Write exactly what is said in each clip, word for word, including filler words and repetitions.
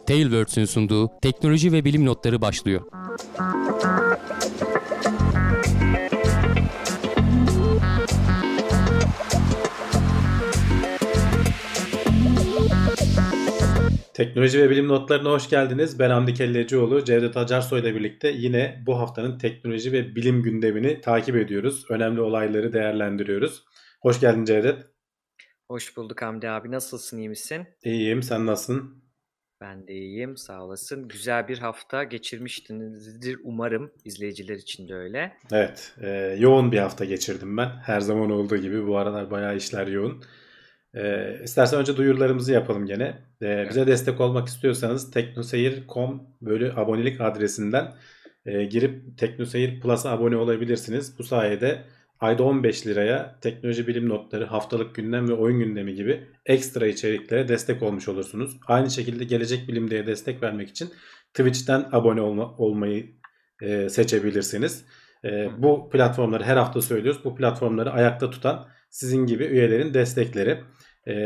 Tailwords'ün sunduğu teknoloji ve bilim notları başlıyor. Teknoloji ve bilim notlarına hoş geldiniz. Ben Hamdi Kellecioğlu, Cevdet Acarsoy ile birlikte yine bu haftanın teknoloji ve bilim gündemini takip ediyoruz. Önemli olayları değerlendiriyoruz. Hoş geldin Cevdet. Hoş bulduk Hamdi abi. Nasılsın, iyi misin? İyiyim, sen nasılsın? Ben de iyiyim, sağ olasın. Güzel bir hafta geçirmişsinizdir umarım. İzleyiciler için de öyle. Evet, e, yoğun bir hafta geçirdim ben. Her zaman olduğu gibi bu aralar bayağı işler yoğun. E, istersen önce duyurularımızı yapalım gene. E, Evet. bize destek olmak istiyorsanız teknoseyir nokta com bölü abonelik adresinden e, girip Teknoseyir Plus'a abone olabilirsiniz. Bu sayede ayda on beş liraya teknoloji bilim notları, haftalık gündem ve oyun gündemi gibi ekstra içeriklere destek olmuş olursunuz. Aynı şekilde Gelecek Bilim'de destek vermek için Twitch'ten abone olma, olmayı e, seçebilirsiniz. E, bu platformları her hafta söylüyoruz. Bu platformları ayakta tutan sizin gibi üyelerin destekleri. E,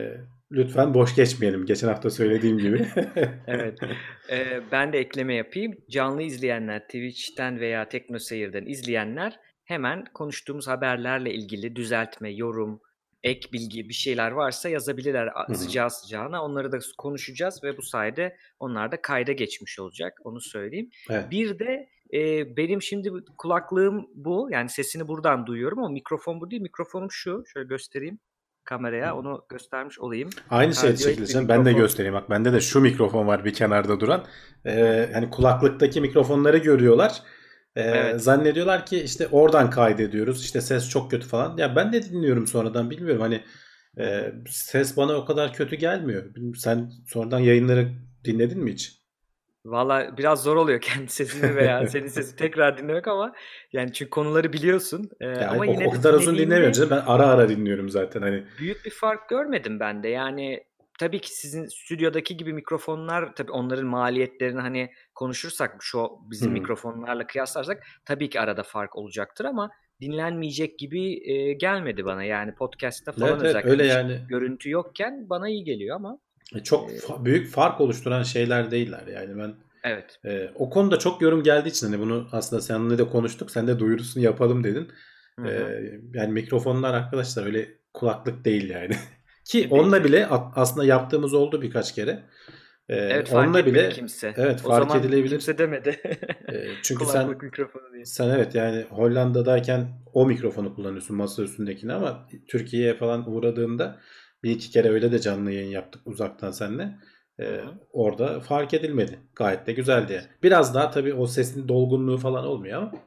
lütfen boş geçmeyelim. Geçen hafta söylediğim gibi. Evet. Ee, ben de ekleme yapayım. Canlı izleyenler, Twitch'ten veya TeknoSeyir'den izleyenler hemen konuştuğumuz haberlerle ilgili düzeltme, yorum, ek bilgi bir şeyler varsa yazabilirler Hı hı. sıcağı sıcağına. Onları da konuşacağız ve bu sayede onlar da kayda geçmiş olacak. Onu söyleyeyim. Evet. Bir de e, benim şimdi kulaklığım bu. Yani sesini buradan duyuyorum ama mikrofon bu değil. Mikrofonum şu. Şöyle göstereyim kameraya. Onu göstermiş olayım. Aynı şey Kardioid bir çekileceğim. Ben de mikrofon. göstereyim. Bak bende de şu mikrofon var bir kenarda duran. Ee, hani kulaklıktaki mikrofonları görüyorlar. Ee, Evet. Zannediyorlar ki işte oradan kaydediyoruz. İşte ses çok kötü falan. Ya ben de dinliyorum sonradan, bilmiyorum. Hani e, ses bana o kadar kötü gelmiyor. Bilmiyorum, sen sonradan yayınları dinledin mi hiç? Valla biraz zor oluyor kendi sesini veya senin sesini tekrar dinlemek ama yani çünkü konuları biliyorsun. Ee, Yani ama o, o yine de kadar uzun dinlemiyorum dinlediğimde canım. Ben ara ara dinliyorum zaten. Hani büyük bir fark görmedim ben de. Yani tabii ki sizin stüdyodaki gibi mikrofonlar, tabii onların maliyetlerini hani konuşursak şu bizim hı. mikrofonlarla kıyaslarsak tabii ki arada fark olacaktır ama dinlenmeyecek gibi e, gelmedi bana. Yani podcast'ta falan Evet, evet, özellikle öyle hiç yani. görüntü yokken bana iyi geliyor ama E, Çok e, fa- büyük fark oluşturan şeyler değiller. Yani ben evet. Ee, o konuda çok yorum geldiği için hani bunu aslında seninle de konuştuk. Sen de duyurusunu yapalım dedin. Hı Ee, hı. yani mikrofonlar arkadaşlar öyle kulaklık değil yani. Ki Değil onunla değil. bile a- aslında yaptığımız oldu birkaç kere. Ee, Evet, fark onunla etmedi bile kimse. evet O fark zaman edilebilir. kimse demedi. Ee, çünkü sen Kulaklık mikrofonu diye. sen evet yani Hollanda'dayken o mikrofonu kullanıyorsun, masa üstündekini, ama Türkiye'ye falan uğradığında bir iki kere öyle de canlı yayın yaptık uzaktan seninle. Hı Ee, hı. orada fark edilmedi. Gayet de güzeldi yani. Evet. Biraz daha tabii o sesin dolgunluğu falan olmuyor ama.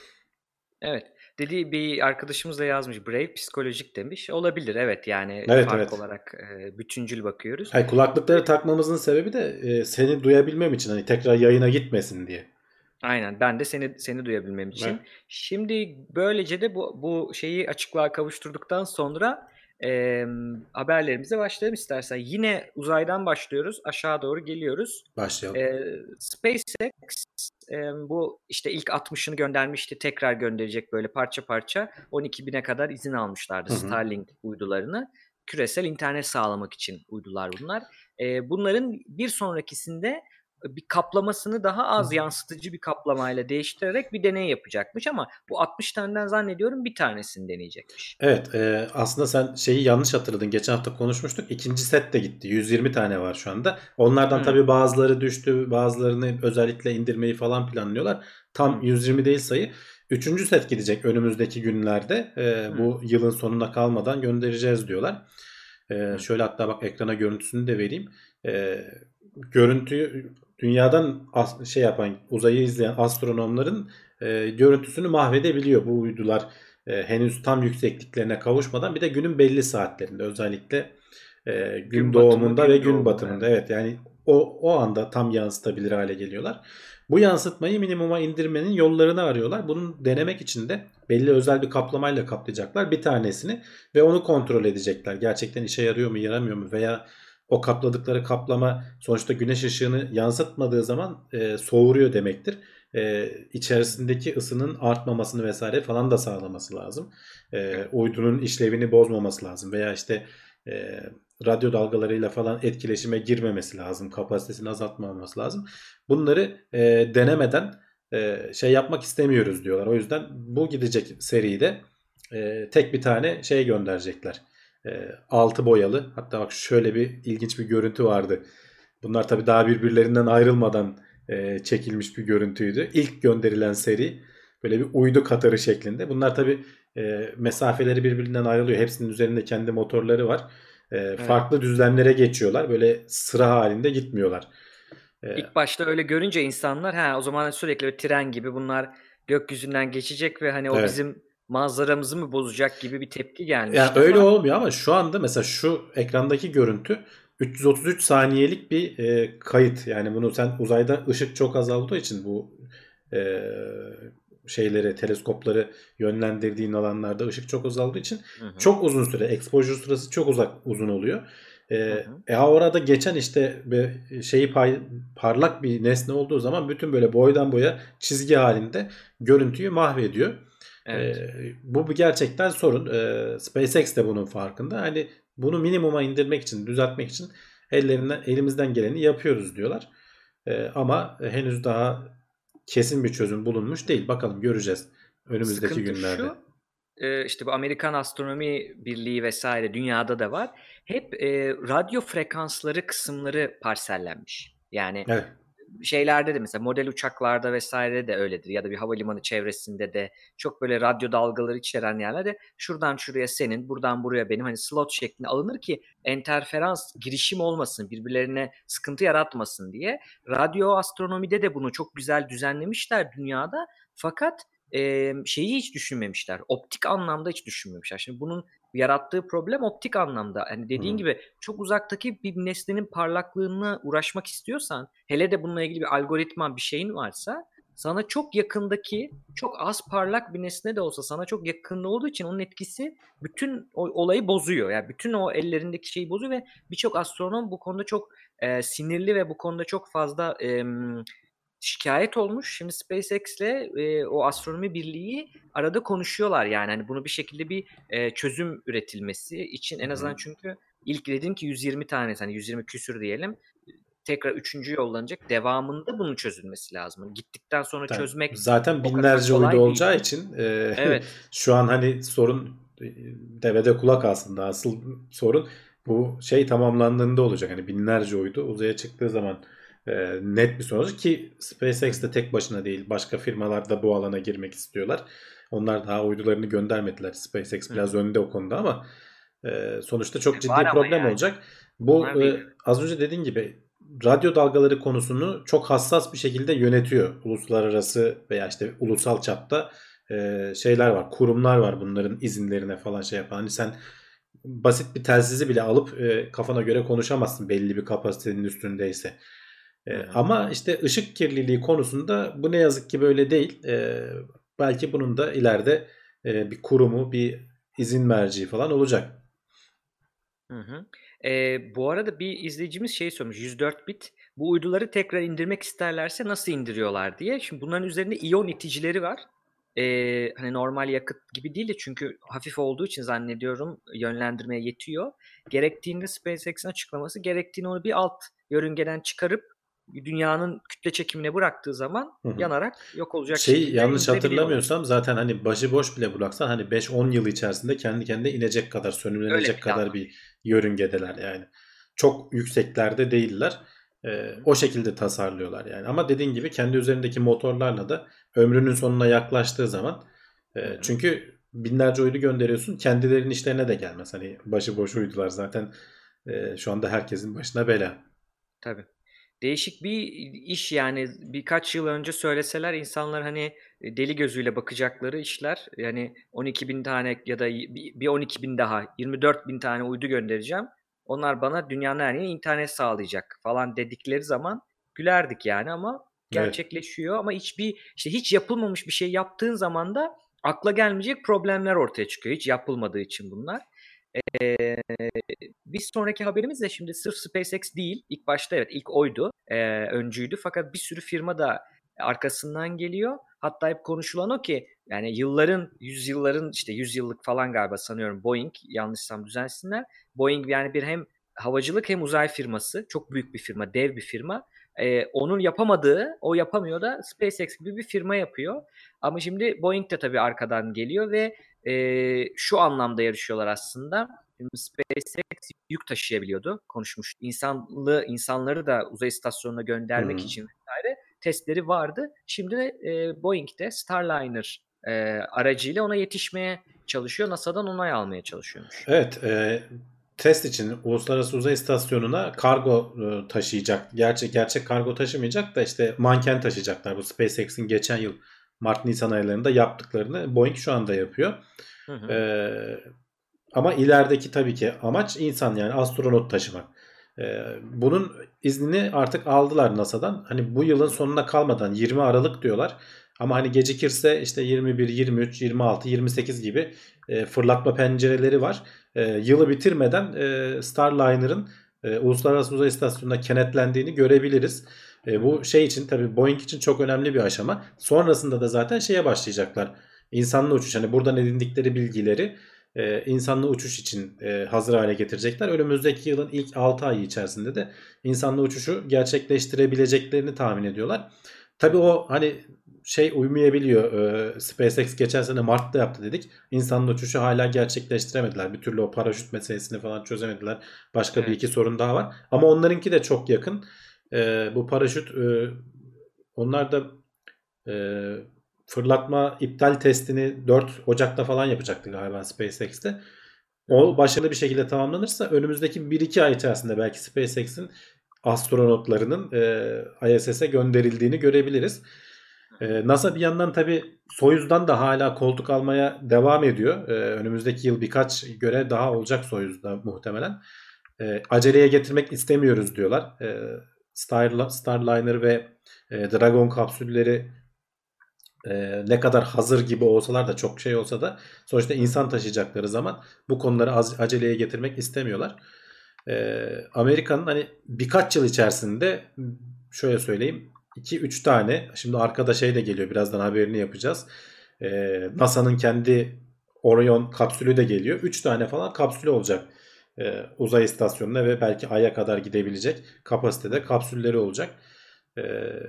Evet. Dediği bir arkadaşımız da yazmış. Brave psikolojik demiş. Olabilir, evet, yani Evet, fark evet. olarak e, bütüncül bakıyoruz. Hayır, kulaklıkları Böyle, takmamızın sebebi de e, seni duyabilmem için, hani tekrar yayına gitmesin diye. aynen, ben de seni seni duyabilmem Evet. için. Şimdi böylece de bu bu şeyi açıklığa kavuşturduktan sonra em, haberlerimize başlayalım istersen. Yine uzaydan başlıyoruz. Aşağı doğru geliyoruz. Başlayalım. E, SpaceX e, bu işte ilk altmışını göndermişti. Tekrar gönderecek böyle parça parça. on iki bine kadar izin almışlardı Hı hı. Starlink uydularını. Küresel internet sağlamak için uydular bunlar. E, bunların bir sonrakisinde bir kaplamasını daha az yansıtıcı bir kaplamayla değiştirerek bir deney yapacakmış ama bu altmış taneden zannediyorum bir tanesini deneyecekmiş. Evet, e, aslında sen şeyi yanlış hatırladın. Geçen hafta konuşmuştuk. İkinci set de gitti. yüz yirmi tane var şu anda. Onlardan Hmm. tabii bazıları düştü. Bazılarını özellikle indirmeyi falan planlıyorlar. Tam Hmm. yüz yirmi değil sayı. Üçüncü set gidecek önümüzdeki günlerde. E, Hmm. bu yılın sonuna kalmadan göndereceğiz diyorlar. E, Hmm. şöyle hatta bak, ekrana görüntüsünü de vereyim. E, görüntüyü dünyadan as- şey yapan, uzayı izleyen astronomların e, görüntüsünü mahvedebiliyor bu uydular. E, henüz tam yüksekliklerine kavuşmadan, bir de günün belli saatlerinde, özellikle e, gün Gün batımı, doğumunda ve gün gün doğumu, batımında, evet. evet yani o, o anda tam yansıtabilir hale geliyorlar. Bu yansıtmayı minimuma indirmenin yollarını arıyorlar. Bunun denemek için de belli özel bir kaplamayla kaplayacaklar bir tanesini ve onu kontrol edecekler. Gerçekten işe yarıyor mu, yaramıyor mu, veya o kapladıkları kaplama sonuçta güneş ışığını yansıtmadığı zaman e, soğuruyor demektir. E, içerisindeki ısının artmamasını vesaire falan da sağlaması lazım. E, Evet. uydunun işlevini bozmaması lazım. Veya işte e, radyo dalgalarıyla falan etkileşime girmemesi lazım. Kapasitesini azaltmaması lazım. Bunları e, denemeden e, şey yapmak istemiyoruz diyorlar. O yüzden bu gidecek seride e, tek bir tane şey gönderecekler. E, altı boyalı. Hatta bak şöyle bir ilginç bir görüntü vardı. Bunlar tabii daha birbirlerinden ayrılmadan e, çekilmiş bir görüntüydü. İlk gönderilen seri böyle bir uydu katarı şeklinde. Bunlar tabii e, mesafeleri birbirinden ayrılıyor. Hepsinin üzerinde kendi motorları var. E, Evet. farklı düzlemlere geçiyorlar. Böyle sıra halinde gitmiyorlar. E, İlk başta öyle görünce insanlar ha o zaman sürekli bir tren gibi bunlar gökyüzünden geçecek ve hani o evet. bizim manzaramızı mı bozacak gibi bir tepki gelmişti. Yani öyle ama olmuyor ama şu anda mesela şu ekrandaki görüntü üç yüz otuz üç saniyelik bir e, kayıt. Yani bunu sen uzayda ışık çok azaldığı için bu e, şeyleri, teleskopları yönlendirdiğin alanlarda ışık çok azaldığı için Hı hı. çok uzun süre, exposure süresi çok uzak uzun oluyor. E, Hı hı. e orada geçen işte bir şeyi pay, parlak bir nesne olduğu zaman bütün böyle boydan boya çizgi halinde görüntüyü mahvediyor. Evet. Ee, bu bir gerçekten sorun. Ee, SpaceX de bunun farkında. Hani bunu minimuma indirmek için, düzeltmek için ellerinden elimizden geleni yapıyoruz diyorlar. Ee, ama henüz daha kesin bir çözüm bulunmuş değil. Bakalım göreceğiz önümüzdeki Sıkıntı günlerde. şu, e, işte bu Amerikan Astronomi Birliği vesaire dünyada da var. Hep e, radyo frekansları kısımları parsellenmiş. Yani Evet. şeylerde de mesela model uçaklarda vesaire de öyledir ya da bir havalimanı çevresinde de çok böyle radyo dalgaları içeren yerlerde şuradan şuraya senin, buradan buraya benim hani slot şeklinde alınır ki enterferans girişim olmasın, birbirlerine sıkıntı yaratmasın diye. Radyo astronomide de bunu çok güzel düzenlemişler dünyada. Fakat e, şeyi hiç düşünmemişler. Optik anlamda hiç düşünmemişler. Şimdi bunun yarattığı problem optik anlamda. Hani dediğin Hı. gibi çok uzaktaki bir nesnenin parlaklığına uğraşmak istiyorsan, hele de bununla ilgili bir algoritma bir şeyin varsa sana çok yakındaki çok az parlak bir nesne de olsa sana çok yakında olduğu için onun etkisi bütün o olayı bozuyor. Yani bütün o ellerindeki şeyi bozuyor ve birçok astronom bu konuda çok e, sinirli ve bu konuda çok fazla e, şikayet olmuş. Şimdi SpaceX'le e, o astronomi birliği arada konuşuyorlar yani hani bunu bir şekilde bir e, çözüm üretilmesi için en azından Hı. çünkü ilk dedim ki yüz yirmi tane hani yüz yirmi küsür diyelim tekrar üçüncü yollanacak. Devamında bunun çözülmesi lazım. Hani gittikten sonra Yani çözmek zaten o kadar binlerce uydu kolay değil. olacağı için e, Evet. şu an hani sorun e, devede kulak aslında. Asıl sorun bu şey tamamlandığında olacak. Hani binlerce uydu uzaya çıktığı zaman e, net bir sonuç ki Hı SpaceX de hı. tek başına değil. Başka firmalar da bu alana girmek istiyorlar. Onlar daha uydularını göndermediler. SpaceX Hı biraz hı. önde o konuda ama e, sonuçta çok E, var ciddi ama problem yani. olacak. Onlar Bu da e, iyi. az önce dediğin gibi radyo dalgaları konusunu çok hassas bir şekilde yönetiyor. Uluslararası veya işte ulusal çapta e, şeyler var, kurumlar var bunların izinlerine falan şey yapan. Hani sen basit bir telsizi bile alıp e, kafana göre konuşamazsın belli bir kapasitenin üstündeyse. Hı E, hı. ama işte ışık kirliliği konusunda bu ne yazık ki böyle değil. E, belki bunun da ileride e, bir kurumu, bir izin merci falan olacak. Hı hı. Eee, bu arada bir izleyicimiz şey sormuş. yüz dört bit. Bu uyduları tekrar indirmek isterlerse nasıl indiriyorlar diye. Şimdi bunların üzerinde iyon iticileri var. Eee, hani normal yakıt gibi değil de çünkü hafif olduğu için zannediyorum yönlendirmeye yetiyor. Gerektiğinde SpaceX'in açıklaması gerektiğini onu bir alt yörüngeden çıkarıp dünyanın kütle çekimine bıraktığı zaman Hı hı. yanarak yok olacak Şeyi şekilde yanlış indirebiliyorlar. hatırlamıyorsam zaten hani başıboş bile bıraksan hani beş on yıl içerisinde kendi kendine inecek kadar Öyle sönümlenecek kadar planlanıyor. bir yörüngedeler yani. Çok yükseklerde değiller. Hı Ee, hı. o şekilde tasarlıyorlar yani. Ama dediğin gibi kendi üzerindeki motorlarla da ömrünün sonuna yaklaştığı zaman Hı e, hı. çünkü binlerce uydu gönderiyorsun kendilerinin işlerine de gelmez. Hani başıboş uydular zaten e, şu anda herkesin başına bela. Tabii. Değişik bir iş yani birkaç yıl önce söyleseler insanlar hani e, deli gözüyle bakacakları işler yani on iki bin tane ya da bir bir on iki bin daha yirmi dört bin tane uydu göndereceğim. Onlar bana dünyanın her yerine internet sağlayacak falan dedikleri zaman gülerdik yani ama Evet. gerçekleşiyor ama hiçbir işte hiç yapılmamış bir şey yaptığın zaman da akla gelmeyecek problemler ortaya çıkıyor. Hiç yapılmadığı için bunlar. Eee, bir sonraki haberimiz de şimdi sırf SpaceX değil. İlk başta evet ilk oydu. Eee, öncüydü. Fakat bir sürü firma da arkasından geliyor. Hatta hep konuşulan o ki Yani yılların, yüzyılların işte yüz yıllık falan galiba sanıyorum Boeing, yanlışsam düzelsinler. Boeing yani bir hem havacılık hem uzay firması. Çok büyük bir firma, dev bir firma. Ee, onun yapamadığı, o yapamıyor da SpaceX gibi bir firma yapıyor. Ama şimdi Boeing de tabii arkadan geliyor ve e, şu anlamda yarışıyorlar aslında. Şimdi SpaceX yük taşıyabiliyordu. Konuşmuş. İnsanlı, insanları da uzay istasyonuna göndermek Hı. için vesaire testleri vardı. Şimdi de e, Boeing de Starliner e, aracıyla ona yetişmeye çalışıyor. NASA'dan onay almaya çalışıyormuş. Evet, e, test için Uluslararası Uzay İstasyonu'na kargo e, taşıyacak. Gerçek gerçek kargo taşımayacak da işte manken taşıyacaklar. Bu SpaceX'in geçen yıl Mart-Nisan aylarında yaptıklarını Boeing şu anda yapıyor. Hı hı. E, Ama ilerideki tabii ki amaç insan, yani astronot taşımak. E, bunun iznini artık aldılar NASA'dan. Hani bu yılın sonuna kalmadan yirmi Aralık diyorlar. Ama hani gecikirse işte yirmi bir, yirmi üç, yirmi altı, yirmi sekiz gibi e, fırlatma pencereleri var. E, yılı bitirmeden e, Starliner'ın e, Uluslararası Uzay İstasyonu'na kenetlendiğini görebiliriz. E, bu şey için, tabii Boeing için çok önemli bir aşama. Sonrasında da zaten şeye başlayacaklar. İnsanlı uçuş. Hani buradan edindikleri bilgileri e, insanlı uçuş için e, hazır hale getirecekler. Önümüzdeki yılın ilk altı ayı içerisinde de insanlı uçuşu gerçekleştirebileceklerini tahmin ediyorlar. Tabii o hani şey uymayabiliyor. E, SpaceX geçen sene Mart'ta yaptı dedik. İnsanlı uçuşu hala gerçekleştiremediler. Bir türlü o paraşüt meselesini falan çözemediler. Başka bir iki Evet. sorun daha var. Ama onlarınki de çok yakın. E, bu paraşüt e, onlar da e, fırlatma iptal testini dört Ocak'ta falan yapacaktı galiba SpaceX'te. O başarılı bir şekilde tamamlanırsa önümüzdeki bir iki ay içerisinde belki SpaceX'in astronotlarının e, I S S'e gönderildiğini görebiliriz. E, NASA bir yandan tabii Soyuz'dan da hala koltuk almaya devam ediyor. E, önümüzdeki yıl birkaç görev daha olacak Soyuz'da muhtemelen. E, aceleye getirmek istemiyoruz diyorlar. E, Star, Starliner ve e, Dragon kapsülleri e, ne kadar hazır gibi olsalar da, çok şey olsa da, sonuçta insan taşıyacakları zaman bu konuları az, aceleye getirmek istemiyorlar. E, Amerika'nın hani birkaç yıl içerisinde, şöyle söyleyeyim, iki üç tane, şimdi arkada şey de geliyor, birazdan haberini yapacağız. E, NASA'nın kendi Orion kapsülü de geliyor. üç tane falan kapsülü olacak e, uzay istasyonuna ve belki Ay'a kadar gidebilecek kapasitede kapsülleri olacak. E,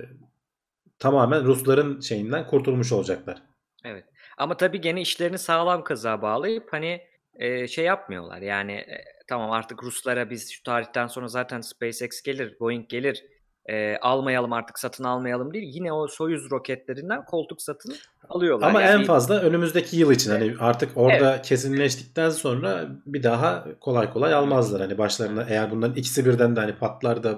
Tamamen Rusların şeyinden kurtulmuş olacaklar. Evet. Ama tabii gene işlerini sağlam kazığa bağlayıp hani e, şey yapmıyorlar. Yani e, tamam artık Ruslara biz şu tarihten sonra zaten SpaceX gelir, Boeing gelir. E, almayalım artık, satın almayalım değil. Yine o Soyuz roketlerinden koltuk satın alıyorlar. Ama Yani en bir fazla önümüzdeki yıl için, hani artık evet. orada kesinleştikten sonra bir daha kolay kolay almazlar. Hani başlarına eğer bunların ikisi birden de hani patlar da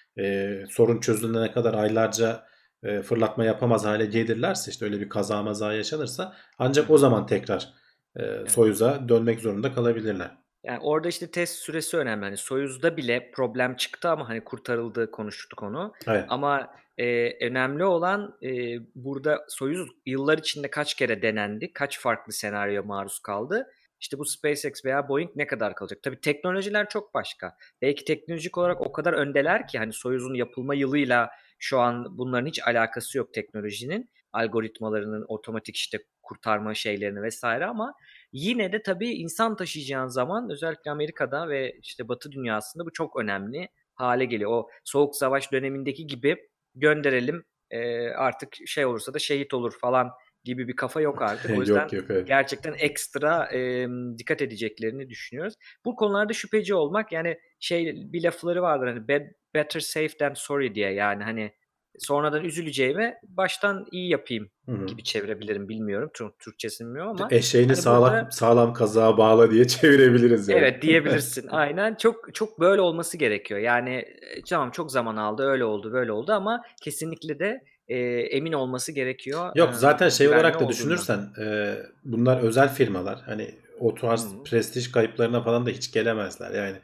e, sorun çözülene kadar aylarca e, fırlatma yapamaz hale gelirlerse, işte öyle bir kaza maza yaşanırsa, ancak o zaman tekrar e, Evet. Soyuz'a dönmek zorunda kalabilirler. Yani orada işte test süresi önemli. Hani Soyuz'da bile problem çıktı ama hani kurtarıldı, konuştuk onu. Evet. Ama e, önemli olan e, burada Soyuz yıllar içinde kaç kere denendi, kaç farklı senaryoya maruz kaldı. İşte bu SpaceX veya Boeing ne kadar kalacak? Tabii teknolojiler çok başka. Belki teknolojik olarak o kadar öndeler ki hani Soyuz'un yapılma yılıyla şu an bunların hiç alakası yok teknolojinin. Algoritmalarının otomatik işte kurtarma şeylerini vesaire ama yine de tabii insan taşıyacağın zaman özellikle Amerika'da ve işte Batı dünyasında bu çok önemli hale geliyor. O Soğuk Savaş dönemindeki gibi gönderelim e, artık şey olursa da şehit olur falan gibi bir kafa yok artık. O yüzden Yok yok, evet. gerçekten ekstra e, dikkat edeceklerini düşünüyoruz. Bu konularda şüpheci olmak yani şey bir lafları vardır hani bad, better safe than sorry diye yani hani sonradan üzüleceğime baştan iyi yapayım Hı hı. gibi çevirebilirim bilmiyorum. Türk Türkçesini bilmiyorum ama Eşeğini hani sağlam, burada sağlam kazığa bağla diye çevirebiliriz yani. evet diyebilirsin. Aynen. Çok çok böyle olması gerekiyor. Yani e, tamam çok zaman aldı, öyle oldu, böyle oldu ama kesinlikle de e, emin olması gerekiyor Yok, e, zaten şey güvenli olarak da olduğundan. düşünürsen e, bunlar özel firmalar. Hani o tarz Hı. prestij kayıplarına falan da hiç gelemezler. Yani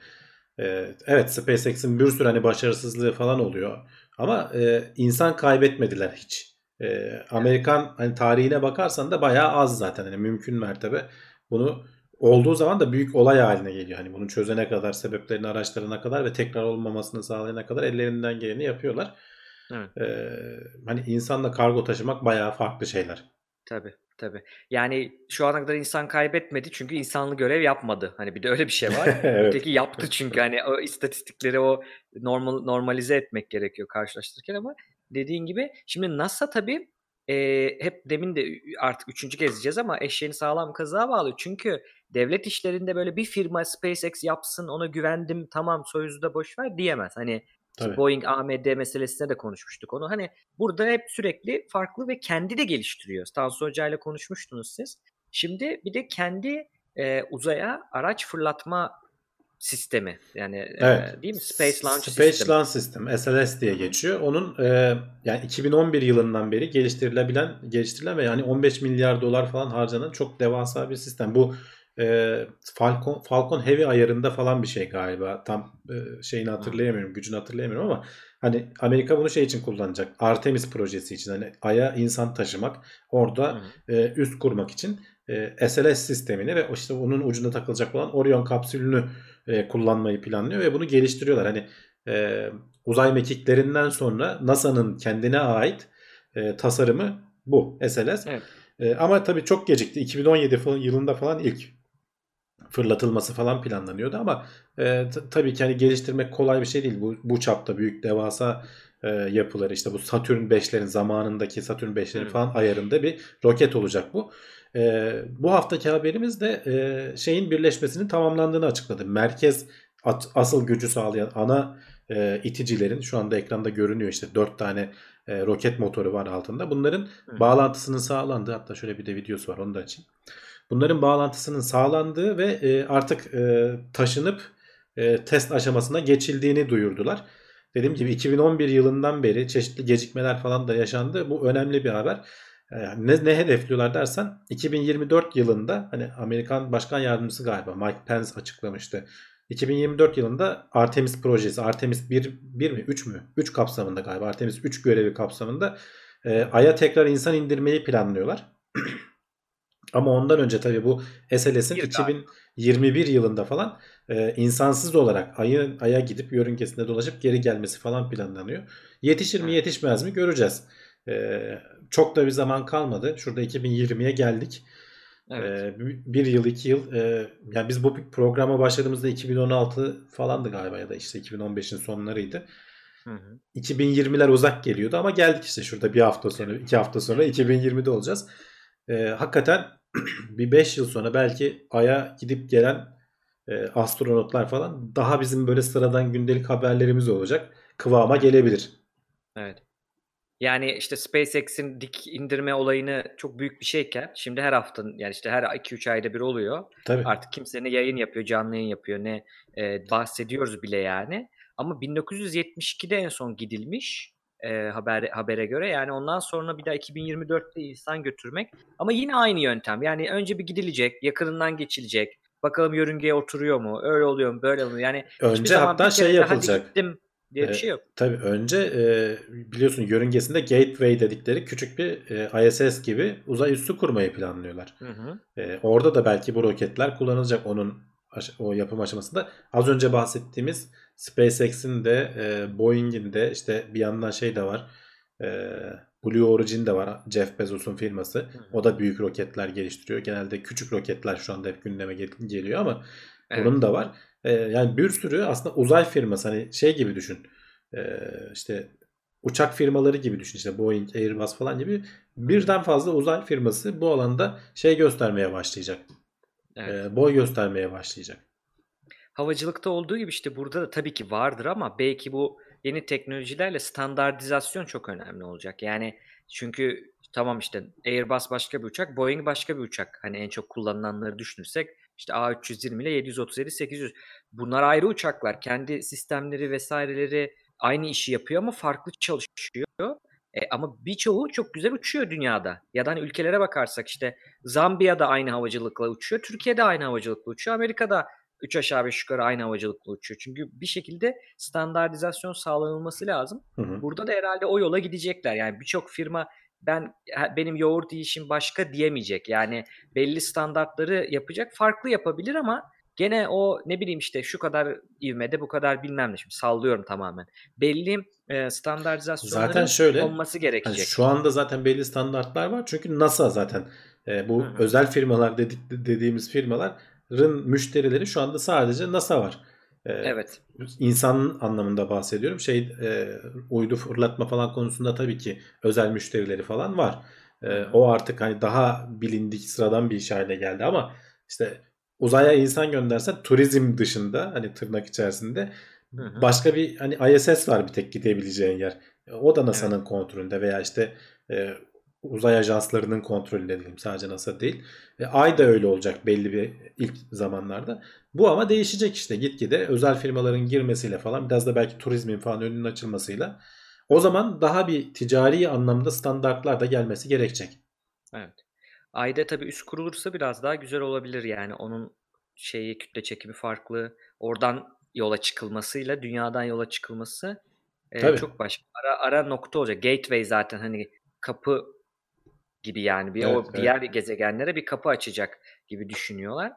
e, evet, SpaceX'in bir sürü hani başarısızlığı falan oluyor. Ama e, insan kaybetmediler hiç. E, Evet. Amerikan hani tarihine bakarsan da bayağı az zaten. Hani mümkün mertebe bunu olduğu zaman da büyük olay haline geliyor. Hani bunu çözene kadar, sebeplerini araştırana kadar ve tekrar olmamasını sağlayana kadar ellerinden geleni yapıyorlar. Evet. E, Hani insanla kargo taşımak bayağı farklı şeyler. Tabii. Tabii. Yani şu ana kadar insan kaybetmedi çünkü insanlı görev yapmadı. Hani bir de öyle bir şey var. Evet. Öteki yaptı çünkü hani o istatistikleri o normal normalize etmek gerekiyor karşılaştırırken ama dediğin gibi şimdi NASA tabii eee, hep demin de artık üçüncü kez diyeceğiz ama eşeğini sağlam kazığa bağlıyor. Çünkü devlet işlerinde böyle bir firma SpaceX yapsın ona güvendim tamam Soyuz'u da boş ver diyemez. Hani işte Tabii. Boeing A M D meselesinde de konuşmuştuk onu. Hani burada hep sürekli farklı ve kendi de geliştiriyor. Tansu Hoca ile konuşmuştunuz siz. Şimdi bir de kendi e, uzaya araç fırlatma sistemi yani Evet. e, değil mi? Space Launch Space System. Launch System S L S diye geçiyor. Onun e, yani iki bin on bir yılından beri geliştirilebilen geliştirilen ve yani on beş milyar dolar falan harcanan çok devasa bir sistem. Bu e, Falcon Falcon Heavy ayarında falan bir şey galiba. Tam e, şeyini hatırlayamıyorum, gücünü hatırlayamıyorum ama hani Amerika bunu şey için kullanacak. Artemis projesi için hani Ay'a insan taşımak, orada e, üst kurmak için e, S L S sistemini ve işte onun ucunda takılacak olan Orion kapsülünü e, kullanmayı planlıyor ve bunu geliştiriyorlar. Hani e, uzay mekiklerinden sonra NASA'nın kendine ait e, tasarımı bu S L S. Evet. E, ama tabii çok gecikti. iki bin on yedi yılında falan ilk fırlatılması falan planlanıyordu ama e, t- tabii ki hani geliştirmek kolay bir şey değil. Bu, bu çapta büyük devasa e, yapıları işte bu Satürn beşlerin zamanındaki Satürn beşlerin Hı. falan ayarında bir roket olacak bu. E, bu haftaki haberimiz de e, şeyin birleşmesinin tamamlandığını açıkladı. Merkez at- asıl gücü sağlayan ana e, iticilerin şu anda ekranda görünüyor işte dört tane e, roket motoru var altında. Bunların Hı. bağlantısının sağlandığı, hatta şöyle bir de videosu var onu da açayım. Bunların bağlantısının sağlandığı ve e, artık e, taşınıp e, test aşamasına geçildiğini duyurdular. Dediğim gibi iki bin on bir yılından beri çeşitli gecikmeler falan da yaşandı. Bu önemli bir haber. E, ne, ne hedefliyorlar dersen iki bin yirmi dört yılında hani Amerikan Başkan Yardımcısı galiba Mike Pence açıklamıştı. iki bin yirmi dört yılında Artemis projesi, Artemis bir, bir mi üç mü? üç kapsamında galiba, Artemis üç görevi kapsamında e, Ay'a tekrar insan indirmeyi planlıyorlar. Ama ondan önce tabii bu S L S'in Bir galiba. iki bin yirmi bir yılında falan e, insansız olarak Ay'a, Ay'a gidip yörüngesinde dolaşıp geri gelmesi falan planlanıyor. Yetişir mi Evet. yetişmez mi göreceğiz. E, çok da bir zaman kalmadı. Şurada iki bin yirmiye geldik. Evet. E, bir yıl iki yıl e, yani biz bu programa başladığımızda iki bin on altı falandı galiba ya da işte iki bin on beşin sonlarıydı. Hı hı. iki bin yirmiler uzak geliyordu ama geldik işte şurada bir hafta sonra iki hafta sonra iki bin yirmide olacağız. E, hakikaten bir beş yıl sonra belki Ay'a gidip gelen e, astronotlar falan daha bizim böyle sıradan gündelik haberlerimiz olacak kıvama Evet. gelebilir. Evet. Yani işte SpaceX'in dik indirme olayını çok büyük bir şeyken şimdi her hafta yani işte her iki üç ayda bir oluyor. Tabii. Artık kimse ne yayın yapıyor, canlı yayın yapıyor ne e, bahsediyoruz bile yani. Ama bin dokuz yüz yetmiş ikide en son gidilmiş e, haber habere göre. Yani ondan sonra bir daha iki bin yirmi dörtte insan götürmek. Ama yine aynı yöntem. Yani önce bir gidilecek, yakınından geçilecek. Bakalım yörüngeye oturuyor mu? Öyle oluyor mu? Böyle oluyor. Yani hiçbir Önce zaman hatta bir şey kere de hadi yapılacak. gittim diye bir E, şey yok. tabii önce e, biliyorsun yörüngesinde Gateway dedikleri küçük bir e, I S S gibi uzay üssü kurmayı planlıyorlar. Hı hı. E, orada da belki bu roketler kullanılacak onun aş- o yapım aşamasında. Az önce bahsettiğimiz SpaceX'in de e, Boeing'in de işte bir yandan şey de var. E, Blue Origin de var. Jeff Bezos'un firması. Hı hı. O da büyük roketler geliştiriyor. Genelde küçük roketler şu anda hep gündeme gel- geliyor ama onun Evet. da var. E, yani bir sürü aslında uzay firması hani şey gibi düşün. E, işte uçak firmaları gibi düşün. İşte Boeing, Airbus falan gibi Hı hı. birden fazla uzay firması bu alanda şey göstermeye başlayacak. Evet. E, boy göstermeye başlayacak. Havacılıkta olduğu gibi işte burada da tabii ki vardır ama belki bu yeni teknolojilerle standartizasyon çok önemli olacak. Yani çünkü tamam işte Airbus başka bir uçak, Boeing başka bir uçak. Hani en çok kullanılanları düşünürsek işte A üç yüz yirmi ile yedi yüz otuz yedi sekiz yüz. Bunlar ayrı uçaklar. Kendi sistemleri vesaireleri aynı işi yapıyor ama farklı çalışıyor. E, ama birçoğu çok güzel uçuyor dünyada. Ya da hani ülkelere bakarsak işte Zambiya aynı havacılıkla uçuyor, Türkiye'de aynı havacılıkla uçuyor, Amerika'da üç aşağı beş yukarı aynı havacılıkla uçuyor. Çünkü bir şekilde standartizasyon sağlanılması lazım. Hı hı. Burada da herhalde o yola gidecekler. Yani birçok firma ben benim yoğurt yiyişim başka diyemeyecek. Yani belli standartları yapacak. Farklı yapabilir ama gene o ne bileyim işte şu kadar ivmede bu kadar bilmem ne. Şimdi sallıyorum tamamen. Belli e, Zaten standartizasyonların şöyle, konması hani gerekecek. şu anda zaten belli standartlar var. Çünkü NASA zaten e, Hı bu hı. özel firmalar dedik, dediğimiz firmaların müşterileri şu anda sadece NASA var. E, Evet. insan anlamında bahsediyorum. Şey e, uydu fırlatma falan konusunda tabii ki özel müşterileri falan var. Hı E, hı. o artık hani daha bilindik, sıradan bir iş haline geldi ama işte uzaya insan göndersen turizm dışında, hani tırnak içerisinde, Hı hı. başka bir hani I S S var bir tek gidebileceğin yer. E, O da Evet. NASA'nın kontrolünde veya işte e, uzay ajanslarının kontrolünde diyelim. Sadece NASA değil. E, Ay da Hı hı. öyle olacak belli bir ilk zamanlarda. Bu ama değişecek işte gitgide özel firmaların girmesiyle falan, biraz da belki turizmin falan önünün açılmasıyla. O zaman daha bir ticari anlamda standartlar da gelmesi gerekecek. Evet. Ayda tabii üst kurulursa biraz daha güzel olabilir yani onun şeyi kütle çekimi farklı. Oradan yola çıkılmasıyla dünyadan yola çıkılması e, Tabii. çok başka. Ara, ara nokta olacak. Gateway zaten hani kapı gibi yani bir Evet, o evet. diğer gezegenlere bir kapı açacak gibi düşünüyorlar.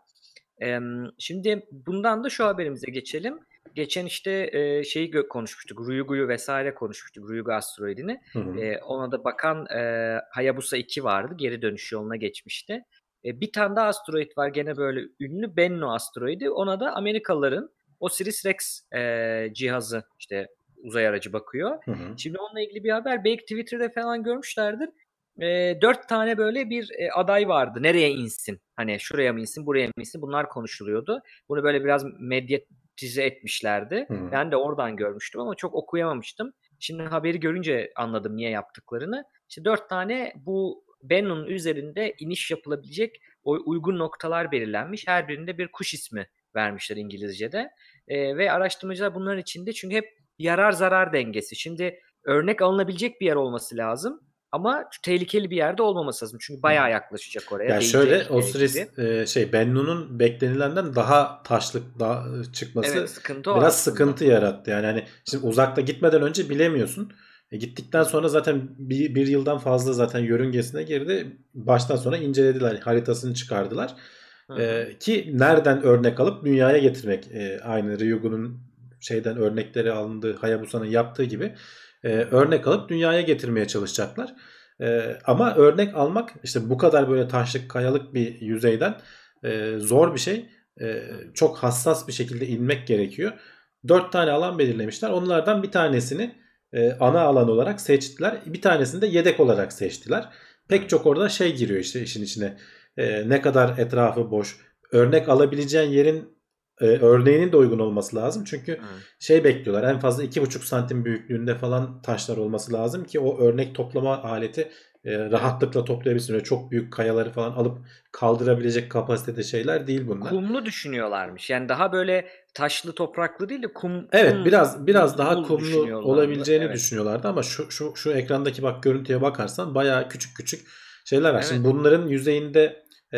Em, şimdi bundan da şu haberimize geçelim. Geçen işte e, şeyi gö- konuşmuştuk. Ryugu'yu vesaire konuşmuştuk. Ryugu asteroidini. Hı hı. E, ona da bakan e, Hayabusa iki vardı. Geri dönüş yoluna geçmişti. E, bir tane daha asteroid var. Gene böyle ünlü Bennu asteroidi. Ona da Amerikalıların Osiris-Rex e, cihazı işte uzay aracı bakıyor. Hı hı. Şimdi onunla ilgili bir haber belki Twitter'da falan görmüşlerdir. E, dört tane böyle bir e, aday vardı. Nereye insin? Hani şuraya mı insin, buraya mı insin? Bunlar konuşuluyordu. Bunu böyle biraz medyatize etmişlerdi. Hı hı. Ben de oradan görmüştüm ama çok okuyamamıştım. Şimdi haberi görünce anladım niye yaptıklarını. İşte dört tane bu Bennun'un üzerinde iniş yapılabilecek o uygun noktalar belirlenmiş. Her birinde bir kuş ismi vermişler İngilizce'de. E, ve araştırmacılar bunların içinde çünkü hep yarar zarar dengesi. Şimdi örnek alınabilecek bir yer olması lazım. Ama tehlikeli bir yerde olmaması lazım. Çünkü Hı hı. bayağı yaklaşacak oraya. Ya şöyle, Değecek e, Osiris gibi. e, şey Bennu'nun beklenilenden daha taşlık daha Evet, çıkması sıkıntı o biraz aslında. sıkıntı yarattı. Yani hani şimdi uzakta gitmeden önce bilemiyorsun. E, Hı gittikten hı. sonra zaten bir, bir yıldan fazla zaten yörüngesine girdi. Baştan sona incelediler, haritasını çıkardılar. Hı hı. E, ki nereden örnek alıp dünyaya getirmek, e, aynı Ryugu'nun şeyden örnekleri alındığı, Hayabusa'nın yaptığı gibi e, Hı hı. örnek alıp dünyaya getirmeye çalışacaklar. Ee, ama örnek almak işte bu kadar böyle taşlık kayalık bir yüzeyden e, zor bir şey. E, Hı hı. çok hassas bir şekilde inmek gerekiyor. Dört tane alan belirlemişler. Onlardan bir tanesini e, ana alan olarak seçtiler. Bir tanesini de yedek olarak seçtiler. Pek Evet. çok orada şey giriyor işte işin içine. E, ne kadar etrafı boş. Örnek alabileceğin yerin e, örneğinin de uygun olması lazım. Çünkü Hı. şey bekliyorlar, en fazla iki buçuk santim büyüklüğünde falan taşlar olması lazım ki o örnek toplama aleti e, Evet. rahatlıkla toplayabilsin. Öyle çok büyük kayaları falan alıp kaldırabilecek kapasitede şeyler değil bunlar. Kumlu düşünüyorlarmış. Yani daha böyle taşlı topraklı değil de kum Evet, biraz biraz daha kumlu kumlu düşünüyorlardı. olabileceğini Evet. düşünüyorlardı ama şu şu şu ekrandaki bak görüntüye bakarsan bayağı küçük küçük şeyler var. Şimdi Evet. bunların yüzeyinde e,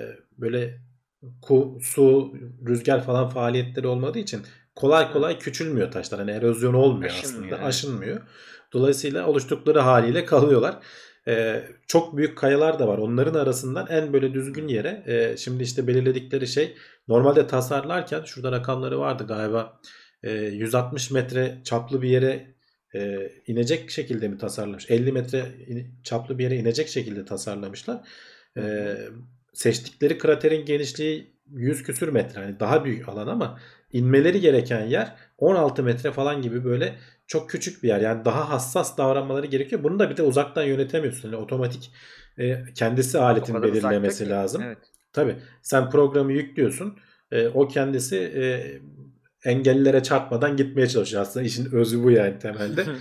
böyle ku, su, rüzgar falan faaliyetleri olmadığı için kolay Hı. kolay küçülmüyor taşlar. Hani erozyon olmuyor Aşınmıyor. aslında, Evet. aşınmıyor. Dolayısıyla oluştukları haliyle kalıyorlar. E, çok büyük kayalar da var. Onların arasından en böyle düzgün Hı. yere e, şimdi işte belirledikleri şey, normalde tasarlarken şurada rakamları vardı galiba, e, yüz altmış metre çaplı bir yere e, inecek şekilde mi tasarlamış? elli metre in- çaplı bir yere inecek şekilde tasarlamışlar. Hı E, hı. seçtikleri kraterin genişliği yüz küsür metre. Yani daha büyük alan ama inmeleri gereken yer on altı metre falan gibi, böyle çok küçük bir yer. Yani daha hassas davranmaları gerekiyor. Bunu da bir de uzaktan yönetemiyorsun. Yani otomatik e, kendisi O aletin kadar uzakta belirlemesi ki. lazım. Evet. Tabii sen programı yüklüyorsun. E, o kendisi e, engellilere çarpmadan gitmeye çalışıyor. Aslında işin özü bu yani temelde.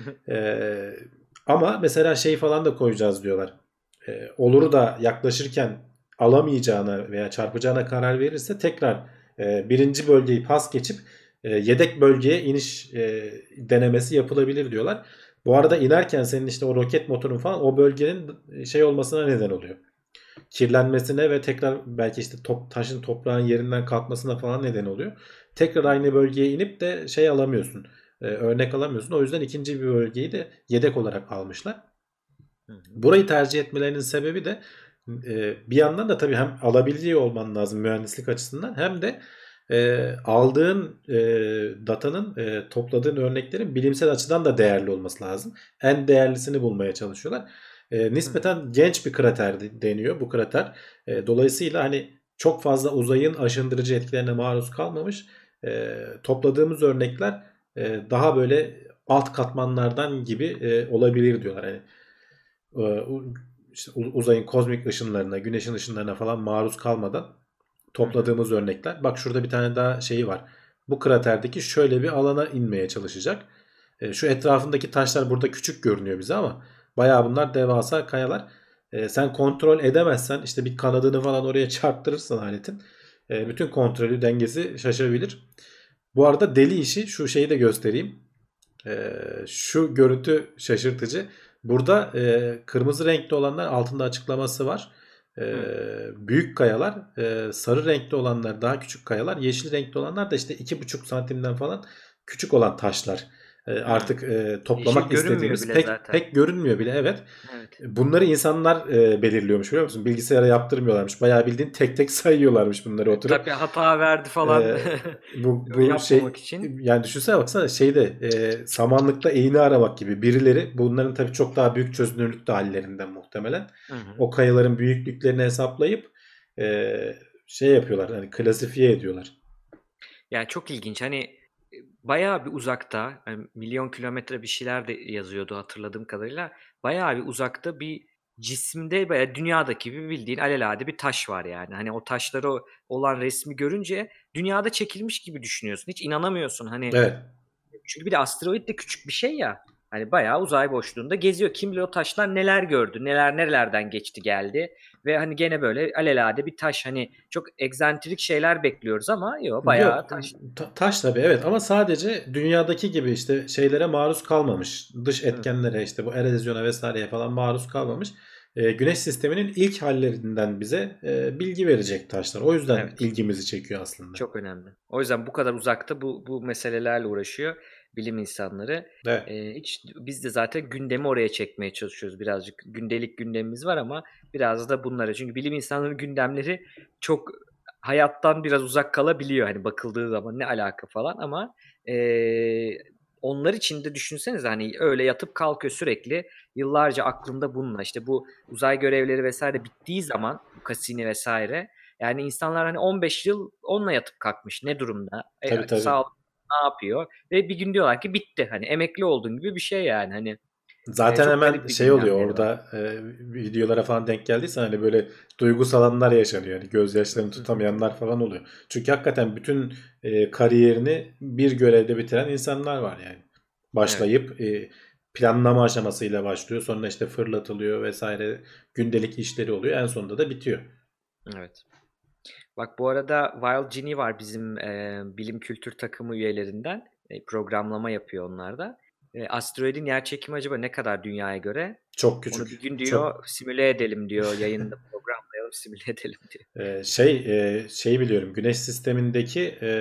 Ee, ama mesela şey falan da koyacağız diyorlar. Ee, oluru da yaklaşırken alamayacağına veya çarpacağına karar verirse tekrar e, birinci bölgeyi pas geçip e, yedek bölgeye iniş e, denemesi yapılabilir diyorlar. Bu arada inerken senin işte o roket motorun falan o bölgenin şey olmasına neden oluyor, kirlenmesine ve tekrar belki işte top, taşın toprağın yerinden kalkmasına falan neden oluyor. Tekrar aynı bölgeye inip de şey alamıyorsun. E, örnek alamıyorsun. O yüzden ikinci bir bölgeyi de yedek olarak almışlar. Hı hı. Burayı tercih etmelerinin sebebi de e, bir yandan da tabii hem alabiliyor olman lazım mühendislik açısından, hem de e, aldığın e, datanın, e, topladığın örneklerin bilimsel açıdan da değerli olması lazım. En değerlisini bulmaya çalışıyorlar. E, Hı hı. nispeten genç bir krater de- deniyor bu krater. E, dolayısıyla hani çok fazla uzayın aşındırıcı etkilerine maruz kalmamış. E, topladığımız örnekler e, daha böyle alt katmanlardan gibi e, olabilir diyorlar. Hani e, u- işte u- uzayın kozmik ışınlarına, güneşin ışınlarına falan maruz kalmadan Hı hı. topladığımız örnekler. Bak şurada bir tane daha şeyi var. Bu kraterdeki şöyle bir alana inmeye çalışacak. E, şu etrafındaki taşlar burada küçük görünüyor bize ama bayağı bunlar devasa kayalar. E, sen kontrol edemezsen, işte bir kanadını falan oraya çarptırırsan aletin, e, bütün kontrolü, dengesi şaşabilir. Bu arada deli işi, şu şeyi de göstereyim. E, şu görüntü şaşırtıcı. Burada e, kırmızı renkli olanlar, altında açıklaması var. E, Hı. büyük kayalar, e, sarı renkli olanlar daha küçük kayalar, yeşil renkli olanlar da işte iki buçuk santimden falan küçük olan taşlar. E, Hı. artık e, Yeşil toplamak görünmüyor istediğimiz bile pek zaten. pek görünmüyor bile, evet. Evet. Bunları insanlar e, belirliyormuş, biliyor musun? Bilgisayara yaptırmıyorlarmış. Bayağı bildiğin tek tek sayıyorlarmış bunları oturup. Tabii hata verdi falan Ee, bu bu yapmamak şey, için. yani düşünsene, baksana şeyde, e, samanlıkta iğne aramak gibi birileri, bunların tabii çok daha büyük çözünürlükte hallerinden muhtemelen, Hı hı. o kayaların büyüklüklerini hesaplayıp e, şey yapıyorlar, hani klasifiye ediyorlar. Yani çok ilginç. Hani e, bayağı bir uzakta, hani milyon kilometre bir şeyler de yazıyordu hatırladığım kadarıyla. Bayağı bir uzakta bir cisimde, bayağı dünyadaki bir bildiğin alelade bir taş var yani. Hani o taşları o- olan resmi görünce dünyada çekilmiş gibi düşünüyorsun. Hiç inanamıyorsun. Hani Evet. çünkü bir de asteroid de küçük bir şey ya. Hani bayağı uzay boşluğunda geziyor. Kim bilir o taşlar neler gördü, neler nerelerden geçti geldi. Ve hani gene böyle alelade bir taş. Hani çok egzantrik şeyler bekliyoruz ama yok, bayağı Yok, taş. ta- taş tabii, evet, ama sadece dünyadaki gibi işte şeylere maruz kalmamış. Dış Hı hı. etkenlere, işte bu erozyona vesaireye falan maruz kalmamış. Ee, Güneş sisteminin ilk hallerinden bize e, bilgi verecek taşlar. O yüzden Evet. ilgimizi çekiyor aslında. Çok önemli. O yüzden bu kadar uzakta bu bu meselelerle uğraşıyor bilim insanları. Evet. Ee, hiç biz de zaten gündemi oraya çekmeye çalışıyoruz birazcık. Gündelik gündemimiz var ama biraz da bunlara. Çünkü bilim insanlarının gündemleri çok hayattan biraz uzak kalabiliyor. Hani bakıldığı zaman ne alaka falan ama ee, onlar için de düşünsenize hani öyle yatıp kalkıyor sürekli. Yıllarca aklında bununla. İşte bu uzay görevleri vesaire bittiği zaman bu Cassini vesaire yani insanlar hani on beş yıl onunla yatıp kalkmış. Ne durumda? E, Tabii tabii. sağlık ne yapıyor? Ve bir gün diyorlar ki bitti. Hani emekli olduğun gibi bir şey yani. Hani e, Zaten çok hemen garip bir şey oluyor gündemleri var. orada, e, videolara falan denk geldiyse, hani böyle duygusal anlar yaşanıyor. Yani gözyaşlarını Hı hı. tutamayanlar falan oluyor. Çünkü hakikaten bütün e, kariyerini bir görevde bitiren insanlar var yani. Evet. Başlayıp e, planlama aşamasıyla başlıyor. Sonra işte fırlatılıyor vesaire. Gündelik işleri oluyor. En sonunda da bitiyor. Evet. Bak bu arada Wild Genie var bizim e, bilim kültür takımı üyelerinden. E, programlama yapıyor onlar da. E, asteroidin yerçekimi acaba ne kadar dünyaya göre? Çok Onu bir küçük. gün diyor Çok simüle edelim diyor. Yayında programlayalım simüle edelim diyor. e, şey e, şey biliyorum. Güneş sistemindeki e,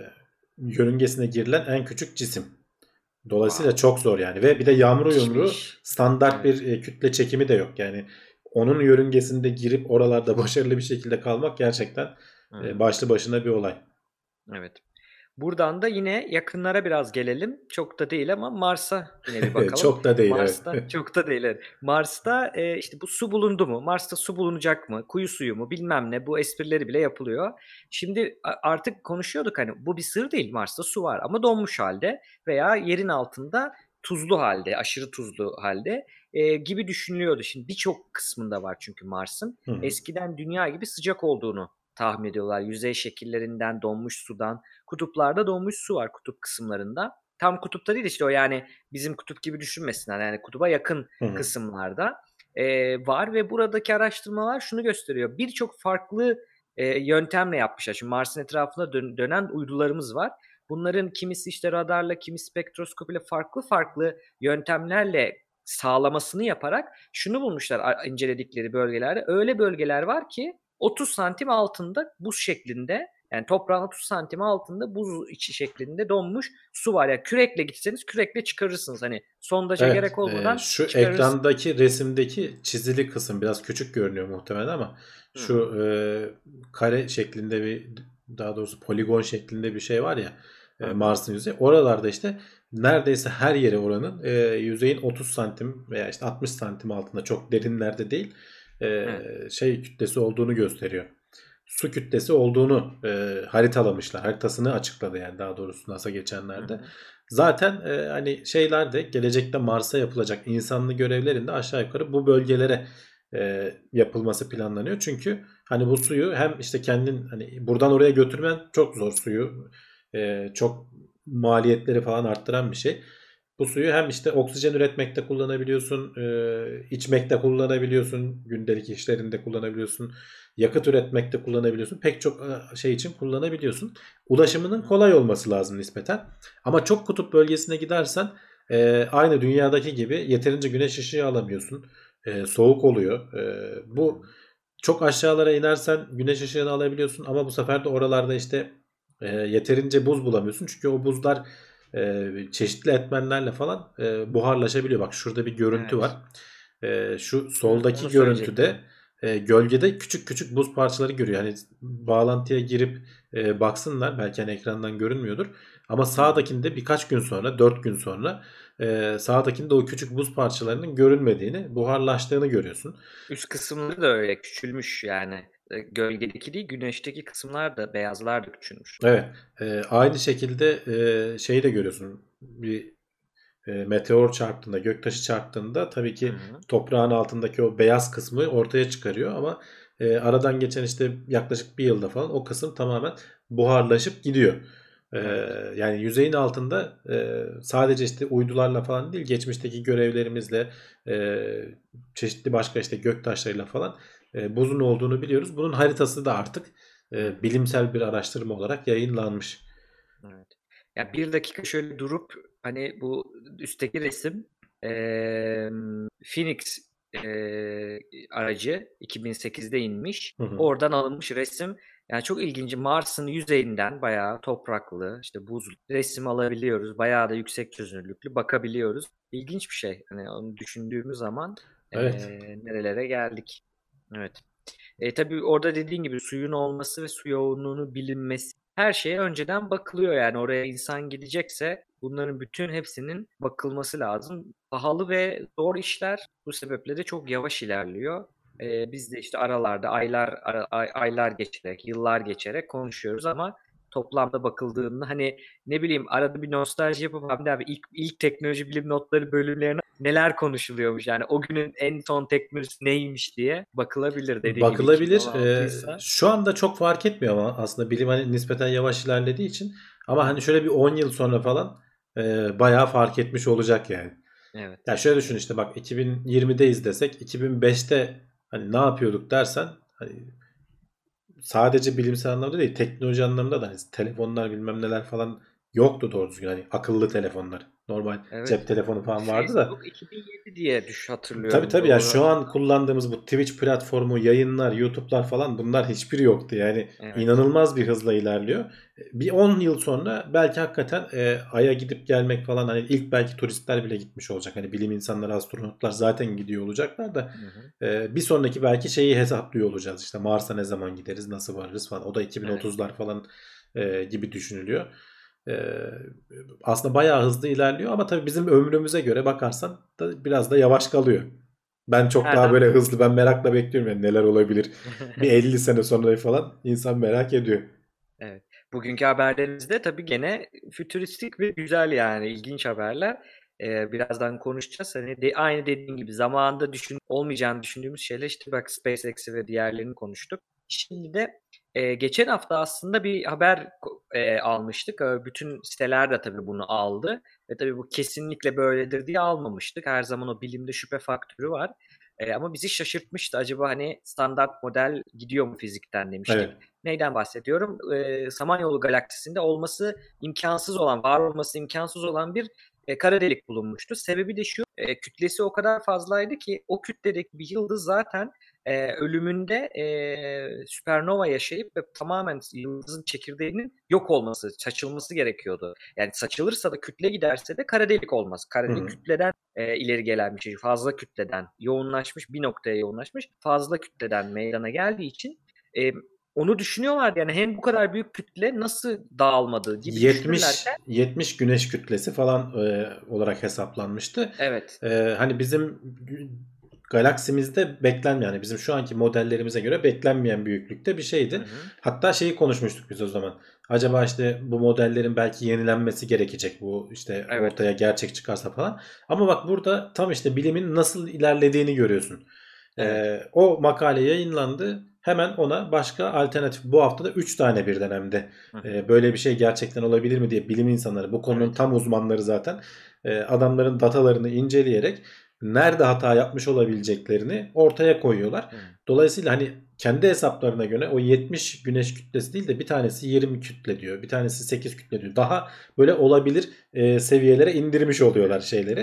yörüngesine girilen en küçük cisim. Dolayısıyla Wow. çok zor yani, ve bir de yağmur Müthiş bir yumru iş. standart Evet. bir e, kütle çekimi de yok. Yani onun yörüngesinde girip oralarda başarılı bir şekilde kalmak gerçekten Hı e, hı. başlı başına bir olay. Evet. Buradan da yine yakınlara biraz gelelim. Çok da değil ama Mars'a yine bir bakalım. Çok da değil, evet. Mars'ta çok da değil. Evet. Mars'ta e, işte bu su bulundu mu? Mars'ta su bulunacak mı? Kuyu suyu mu? Bilmem ne. Bu esprileri bile yapılıyor. Şimdi a- artık konuşuyorduk hani bu bir sır değil. Mars'ta su var ama donmuş halde veya yerin altında tuzlu halde, aşırı tuzlu halde e, gibi düşünülüyordu. Şimdi birçok kısmında var çünkü Mars'ın. Hı hı. Eskiden dünya gibi sıcak olduğunu tahmin ediyorlar. Yüzey şekillerinden, donmuş sudan. Kutuplarda donmuş su var kutup kısımlarında. Tam kutupta değil işte o yani bizim kutup gibi düşünmesinler. Yani kutuba yakın Hı hı. kısımlarda e, var ve buradaki araştırmalar şunu gösteriyor. Birçok farklı e, yöntemle yapmışlar. Şimdi Mars'ın etrafında dön- dönen uydularımız var. Bunların kimisi işte radarla, kimi spektroskopiyle farklı farklı yöntemlerle sağlamasını yaparak şunu bulmuşlar a- inceledikleri bölgelerde. Öyle bölgeler var ki otuz santim altında buz şeklinde Yani toprağın otuz santim altında buz içi şeklinde donmuş su var. Yani kürekle gitseniz kürekle çıkarırsınız. Hani sondaja Evet, gerek e, olmadan şu çıkarırsınız. ekrandaki resimdeki çizili kısım biraz küçük görünüyor muhtemelen ama Hı hı. şu e, kare şeklinde bir, daha doğrusu poligon şeklinde bir şey var ya, Hı e, hı. Mars'ın yüzeyi. Oralarda işte neredeyse her yeri oranın e, yüzeyin otuz santim veya işte altmış santim altında, çok derinlerde değil, e, Evet. şey kütlesi olduğunu gösteriyor. Su kütlesi olduğunu e, haritalamışlar. Haritasını açıkladı yani, daha doğrusu NASA Hı geçenlerde. hı. Zaten e, hani şeyler de, gelecekte Mars'a yapılacak insanlı görevlerin de aşağı yukarı bu bölgelere e, yapılması planlanıyor. Çünkü hani bu suyu hem işte kendin, hani buradan oraya götürmen çok zor suyu. E, çok maliyetleri falan arttıran bir şey. Bu suyu hem işte oksijen üretmekte kullanabiliyorsun, e, içmekte kullanabiliyorsun, gündelik işlerinde kullanabiliyorsun, yakıt üretmekte kullanabiliyorsun. Pek çok e, şey için kullanabiliyorsun. Ulaşımının kolay olması lazım nispeten. Ama çok kutup bölgesine gidersen e, aynı dünyadaki gibi yeterince güneş ışığı alamıyorsun. E, soğuk oluyor. E, bu çok aşağılara inersen güneş ışığını alabiliyorsun ama bu sefer de oralarda işte e, yeterince buz bulamıyorsun. Çünkü o buzlar e, çeşitli etmenlerle falan e, buharlaşabiliyor. Bak şurada bir görüntü var. Evet. E, şu Onu, soldaki onu söyleyecektim. görüntüde e, gölgede küçük küçük buz parçaları görüyor. Hani bağlantıya girip e, baksınlar. Belki hani ekrandan görünmüyordur. Ama Hı hı. sağdakinde birkaç gün sonra, dört gün sonra e, sağdakinde o küçük buz parçalarının görünmediğini, buharlaştığını görüyorsun. Üst kısımları da öyle küçülmüş yani. E, Gölgedeki değil, güneşteki kısımlar da, beyazlar da küçülmüş. Evet. E, aynı şekilde e, şeyi de görüyorsun. Bir e, meteor çarptığında, göktaşı çarptığında tabii Hı ki hı. toprağın altındaki o beyaz kısmı ortaya çıkarıyor ama e, aradan geçen işte yaklaşık bir yılda falan o kısım tamamen buharlaşıp gidiyor. E, Evet. Yani yüzeyin altında e, sadece işte uydularla falan değil, geçmişteki görevlerimizle, e, çeşitli başka işte göktaşlarıyla falan e, buzun olduğunu biliyoruz. Bunun haritası da artık Hı e, hı. bilimsel bir araştırma olarak yayınlanmış. Evet. Ya bir dakika şöyle durup hani bu üstteki resim eee, Phoenix eee, aracı iki bin sekizde inmiş. Hı hı. Oradan alınmış resim. Yani çok ilginç. Mars'ın yüzeyinden bayağı topraklı, işte buzlu resim alabiliyoruz. Bayağı da yüksek çözünürlüklü bakabiliyoruz. İlginç bir şey. Hani onu düşündüğümüz zaman Evet. eee, nerelere geldik. Evet. E, tabii orada dediğin gibi suyun olması ve su yoğunluğunu bilinmesi, her şeye önceden bakılıyor yani oraya insan gidecekse bunların bütün hepsinin bakılması lazım. Pahalı ve zor işler, bu sebeple de çok yavaş ilerliyor. E, biz de işte aralarda aylar ara- ay- aylar geçerek, yıllar geçerek konuşuyoruz ama toplamda bakıldığında hani ne bileyim arada bir nostalji yapıp Hamdi abi ilk, ilk teknoloji bilim notları bölümlerine neler konuşuluyormuş yani o günün en son teknolojisi neymiş diye bakılabilir, dediğin gibi Bakılabilir. iki bin on altı Ee, ise. şu anda çok fark etmiyor ama aslında bilim hani nispeten yavaş ilerlediği için, Hı ama hani hı. şöyle bir on yıl sonra falan e, bayağı fark etmiş olacak yani. Evet. Ya şöyle düşün, Evet. işte bak iki bin yirmideyiz desek, iki bin beşte hani ne yapıyorduk dersen, hani sadece bilimsel anlamda değil, teknoloji anlamda da hani telefonlar bilmem neler falan yoktu doğru düzgün, hani akıllı telefonlar. Normal Evet. cep telefonu falan vardı da. Facebook iki bin yedi diye düş Tabii hatırlıyorum, tabii ya, doğru. şu an kullandığımız bu Twitch platformu, yayınlar, YouTube'lar falan, bunlar hiçbiri yoktu. Yani Evet. inanılmaz bir hızla ilerliyor. Bir on yıl sonra belki hakikaten e, Ay'a gidip gelmek falan, hani ilk belki turistler bile gitmiş olacak. Hani bilim insanları, astronotlar zaten gidiyor olacaklar da Hı hı. e, bir sonraki belki şeyi hesaplıyor olacağız. İşte Mars'a ne zaman gideriz, nasıl varırız falan. O da Evet. iki bin otuzlar falan e, gibi düşünülüyor. E, Aslında bayağı hızlı ilerliyor ama tabii bizim ömrümüze göre bakarsan da biraz da yavaş kalıyor. Ben çok Her daha böyle dakika. hızlı, ben merakla bekliyorum yani neler olabilir. Bir elli sene sonra falan insan merak ediyor. Evet. Bugünkü haberlerimizde tabii gene fütüristik ve güzel yani ilginç haberler. Ee, birazdan konuşacağız. Hani de, aynı dediğin gibi zamanında düşün, olmayacağını düşündüğümüz şeyler işte bak SpaceX'i ve diğerlerini konuştuk. Şimdi de e, geçen hafta aslında bir haber e, almıştık. E, bütün siteler de tabii bunu aldı. Ve tabii bu kesinlikle böyledir diye almamıştık. Her zaman o bilimde şüphe faktörü var. E, ama bizi şaşırtmıştı. Acaba hani standart model gidiyor mu fizikten demiştik. Evet. Neyden bahsediyorum? E, Samanyolu galaksisinde olması imkansız olan, var olması imkansız olan bir e, kara delik bulunmuştu. Sebebi de şu, e, kütlesi o kadar fazlaydı ki o kütledeki bir yıldız zaten e, ölümünde e, süpernova yaşayıp ve tamamen yıldızın çekirdeğinin yok olması, saçılması gerekiyordu. Yani saçılırsa da kütle giderse de kara delik olmaz. Kara Hı delik hı. kütleden e, ileri gelen bir şey. Fazla kütleden yoğunlaşmış, bir noktaya yoğunlaşmış. Fazla kütleden meydana geldiği için e, onu düşünüyorlardı. Yani hem bu kadar büyük kütle nasıl dağılmadı gibi yetmiş düşünürlerken yetmiş güneş kütlesi falan e, olarak hesaplanmıştı. evet. E, hani bizim galaksimizde beklenmeyen, yani bizim şu anki modellerimize göre beklenmeyen büyüklükte bir Hı şeydi. hı. Hatta şeyi konuşmuştuk biz o zaman. Acaba işte bu modellerin belki yenilenmesi gerekecek, bu işte Evet. ortaya gerçek çıkarsa falan. Ama bak burada tam işte bilimin nasıl ilerlediğini görüyorsun. Evet. E, o makale yayınlandı. Hemen ona başka alternatif, bu hafta da üç tane birden hem de Hı hı. e, böyle bir şey gerçekten olabilir mi diye bilim insanları, bu konunun Evet. tam uzmanları zaten e, adamların datalarını inceleyerek nerede hata yapmış olabileceklerini ortaya koyuyorlar. Hı. Dolayısıyla hani kendi hesaplarına göre o yetmiş güneş kütlesi değil de bir tanesi yirmi kütle diyor, bir tanesi sekiz kütle diyor. Daha böyle olabilir e, seviyelere indirmiş oluyorlar şeyleri.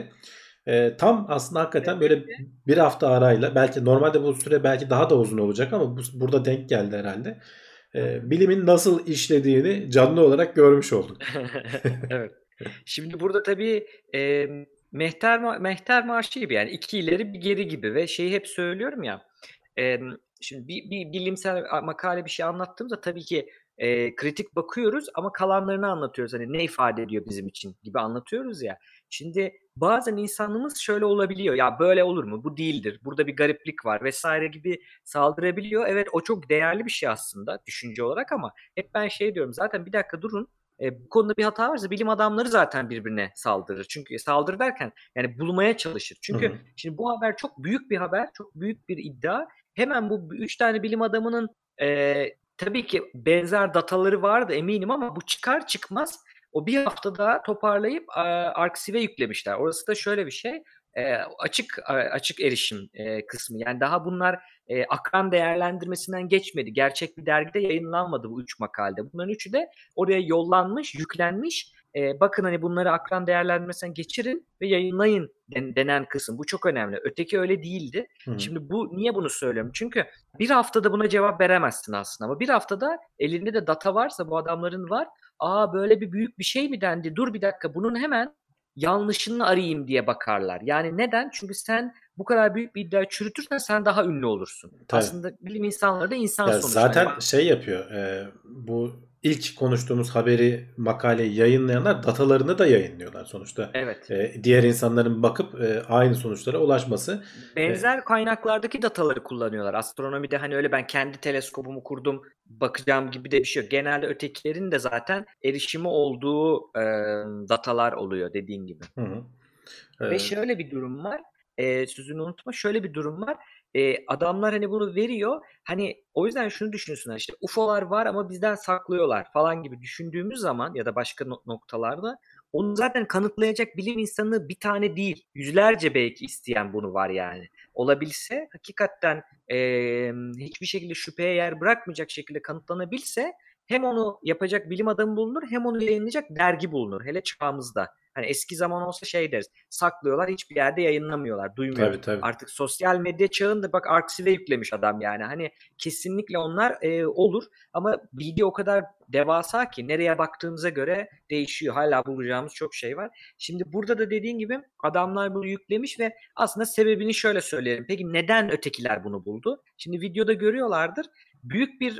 E, tam aslında hakikaten böyle bir hafta arayla, belki normalde bu süre belki daha da uzun olacak ama bu, burada denk geldi herhalde. Hı E, hı. bilimin nasıl işlediğini canlı olarak görmüş olduk. Evet. Şimdi burada tabii e, mehter ma- mehter marşı gibi, yani iki ileri bir geri gibi ve şeyi hep söylüyorum ya, e, şimdi bir, bir bilimsel a- makale bir şey anlattığımızda tabii ki e, kritik bakıyoruz ama kalanlarını anlatıyoruz. Hani ne ifade ediyor bizim için gibi anlatıyoruz ya. Şimdi bazen insanlığımız şöyle olabiliyor. Ya böyle olur mu? Bu değildir. Burada bir gariplik var vesaire gibi saldırabiliyor. Evet, o çok değerli bir şey aslında düşünce olarak ama hep ben şey diyorum, zaten bir dakika durun. E, bu konuda bir hata varsa bilim adamları zaten birbirine saldırır. Çünkü saldırı derken yani bulmaya çalışır. Hı Çünkü hı. şimdi bu haber çok büyük bir haber, çok büyük bir iddia. Hemen bu üç tane bilim adamının e, tabii ki benzer dataları vardı eminim ama bu çıkar çıkmaz o bir haftada toparlayıp e, Arksiv'e yüklemişler. Orası da şöyle bir şey. E, açık e, açık erişim e, kısmı. Yani daha bunlar e, akran değerlendirmesinden geçmedi. Gerçek bir dergide yayınlanmadı bu üç makalede. Bunların üçü de oraya yollanmış, yüklenmiş. E, bakın hani bunları akran değerlendirmesinden geçirin ve yayınlayın den- denen kısım. Bu çok önemli. Öteki öyle değildi. Hı hı. Şimdi bu niye bunu söylüyorum? Çünkü bir haftada buna cevap veremezsin aslında. Ama bir haftada elinde de data varsa, bu adamların var. Aa, böyle bir büyük bir şey mi dendi? Dur bir dakika, bunun hemen yanlışını arayayım diye bakarlar. Yani neden? Çünkü sen bu kadar büyük bir iddia çürütürsen sen daha ünlü olursun. Tabii. Aslında bilim insanları da insan Ya sonuçta. Hani zaten şey yapıyor. E, bu ilk konuştuğumuz haberi, makaleyi yayınlayanlar datalarını da yayınlıyorlar sonuçta. evet. E, diğer insanların bakıp e, aynı sonuçlara ulaşması. E, Benzer kaynaklardaki dataları kullanıyorlar. Astronomide hani öyle ben kendi teleskobumu kurdum bakacağım gibi de bir şey yok. Genelde ötekilerin de zaten erişimi olduğu e, datalar oluyor dediğin gibi. hı hı. Ve E, şöyle bir durum var. E, sözünü unutma. Şöyle bir durum var. E, adamlar hani bunu veriyor. Hani o yüzden şunu düşünüyorsun, işte U F O'lar var ama bizden saklıyorlar falan gibi düşündüğümüz zaman ya da başka no- noktalarda onu zaten kanıtlayacak bilim insanı bir tane değil, yüzlerce belki isteyen bunu var yani. Olabilse hakikaten e, hiçbir şekilde şüpheye yer bırakmayacak şekilde kanıtlanabilse hem onu yapacak bilim adamı bulunur hem onu yayınlayacak dergi bulunur. Hele çağımızda. Hani eski zaman olsa şey deriz. Saklıyorlar, hiçbir yerde yayınlamıyorlar. Duymuyoruz. tabii tabii. Artık sosyal medya çağında bak arşive yüklemiş adam yani. Hani kesinlikle onlar e, olur ama bilgi o kadar devasa ki nereye baktığımıza göre değişiyor. Hala bulacağımız çok şey var. Şimdi burada da dediğin gibi adamlar bunu yüklemiş ve aslında sebebini şöyle söyleyelim. Peki neden ötekiler bunu buldu? Şimdi videoda görüyorlardır. Büyük bir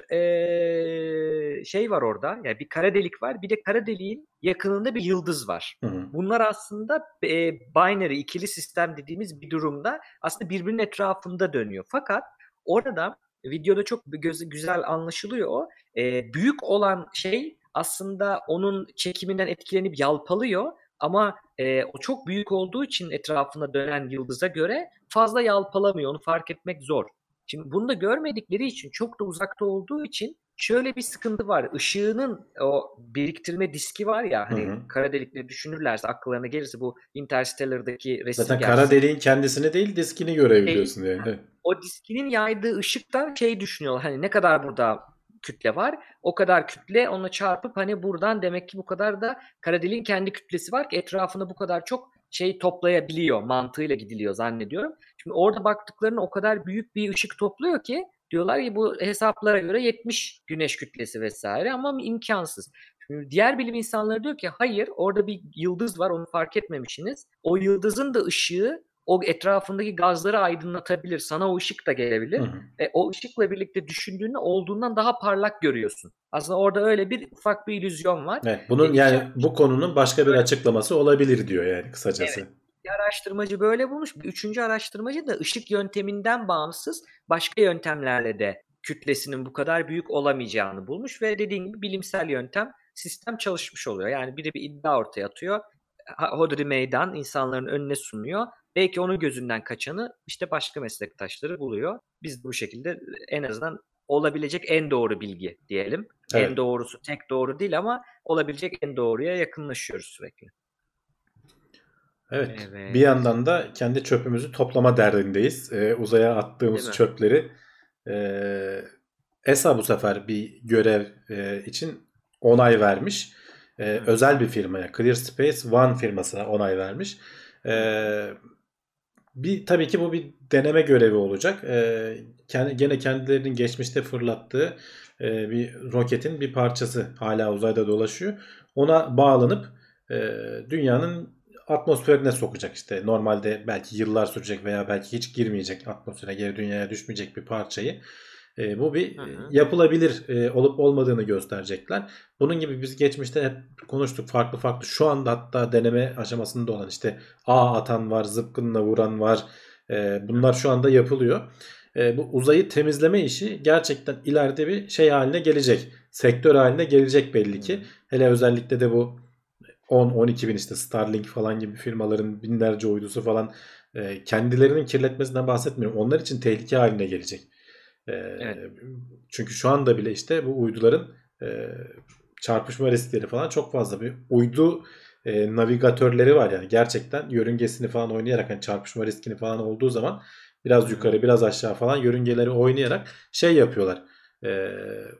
e, şey var orada. Yani bir kara delik var. Bir de kara deliğin yakınında bir yıldız var. Hı hı. Bunlar aslında e, binary, ikili sistem dediğimiz bir durumda aslında birbirinin etrafında dönüyor. Fakat orada videoda çok göz, güzel anlaşılıyor o. E, büyük olan şey aslında onun çekiminden etkilenip yalpalıyor. Ama e, o çok büyük olduğu için etrafında dönen yıldıza göre fazla yalpalamıyor. Onu fark etmek zor. Şimdi bunu da görmedikleri için, çok da uzakta olduğu için şöyle bir sıkıntı var. Işığının o biriktirme diski var ya, Hı hani hı. kara delikleri düşünürlerse, akıllarına gelirse bu Interstellar'daki resim Zaten kara gerçekten deliğin kendisini değil, diskini değil. görebiliyorsun yani. Evet. O diskinin yaydığı ışıktan şey düşünüyorlar. Hani ne kadar burada kütle var. O kadar kütle onunla çarpıp hani buradan demek ki bu kadar da kara deliğin kendi kütlesi var ki etrafında bu kadar çok şey toplayabiliyor mantığıyla gidiliyor zannediyorum. Şimdi orada baktıklarında o kadar büyük bir ışık topluyor ki diyorlar ki bu hesaplara göre yetmiş güneş kütlesi vesaire ama imkansız. Şimdi diğer bilim insanları diyor ki hayır, orada bir yıldız var, onu fark etmemişsiniz. O yıldızın da ışığı o etrafındaki gazları aydınlatabilir. Sana o ışık da gelebilir. Hı hı. E, o ışıkla birlikte düşündüğünde olduğundan daha parlak görüyorsun. Aslında orada öyle bir ufak bir illüzyon var. Evet, bunun E, yani iki- bu konunun başka bir açıklaması olabilir diyor yani kısacası. Evet. Bir araştırmacı böyle bulmuş. Bir üçüncü araştırmacı da ışık yönteminden bağımsız başka yöntemlerle de kütlesinin bu kadar büyük olamayacağını bulmuş ve dediğim gibi bilimsel yöntem, sistem çalışmış oluyor. Yani biri bir iddia ortaya atıyor. Ha- Hodri meydan insanların önüne sunuyor. Belki onun gözünden kaçanı işte başka meslektaşları buluyor. Biz bu şekilde en azından olabilecek en doğru bilgi diyelim. Evet. En doğrusu tek doğru değil ama olabilecek en doğruya yakınlaşıyoruz sürekli. Evet. Evet. Bir yandan da kendi çöpümüzü toplama derdindeyiz. Ee, uzaya Değil attığımız mi? çöpleri e, E S A bu sefer bir görev e, için onay vermiş. E, Hı. özel bir firmaya, Clear Space One firmasına onay vermiş. E, bir tabii ki bu bir deneme görevi olacak. E, kendi, gene kendilerinin geçmişte fırlattığı e, bir roketin bir parçası hala uzayda dolaşıyor. Ona bağlanıp e, dünyanın atmosferine sokacak işte. Normalde belki yıllar sürecek veya belki hiç girmeyecek atmosfere, geri dünyaya düşmeyecek bir parçayı. E, bu bir Hı hı. yapılabilir e, olup olmadığını gösterecekler. Bunun gibi biz geçmişte hep konuştuk farklı farklı. Şu anda hatta deneme aşamasında olan işte ağ atan var, zıpkınla vuran var. E, bunlar şu anda yapılıyor. E, bu uzayı temizleme işi gerçekten ileride bir şey haline gelecek. Sektör haline gelecek belli ki. Hele özellikle de bu on on iki bin işte Starlink falan gibi firmaların binlerce uydusu falan e, kendilerinin kirletmesinden bahsetmiyorum. Onlar için tehlike haline gelecek. E, Evet. Çünkü şu anda bile işte bu uyduların e, çarpışma riskleri falan çok fazla. Bir uydu e, navigatörleri var yani gerçekten yörüngesini falan oynayarak hani çarpışma riskini falan olduğu zaman biraz Hı hı. yukarı biraz aşağı falan yörüngeleri oynayarak şey yapıyorlar. E,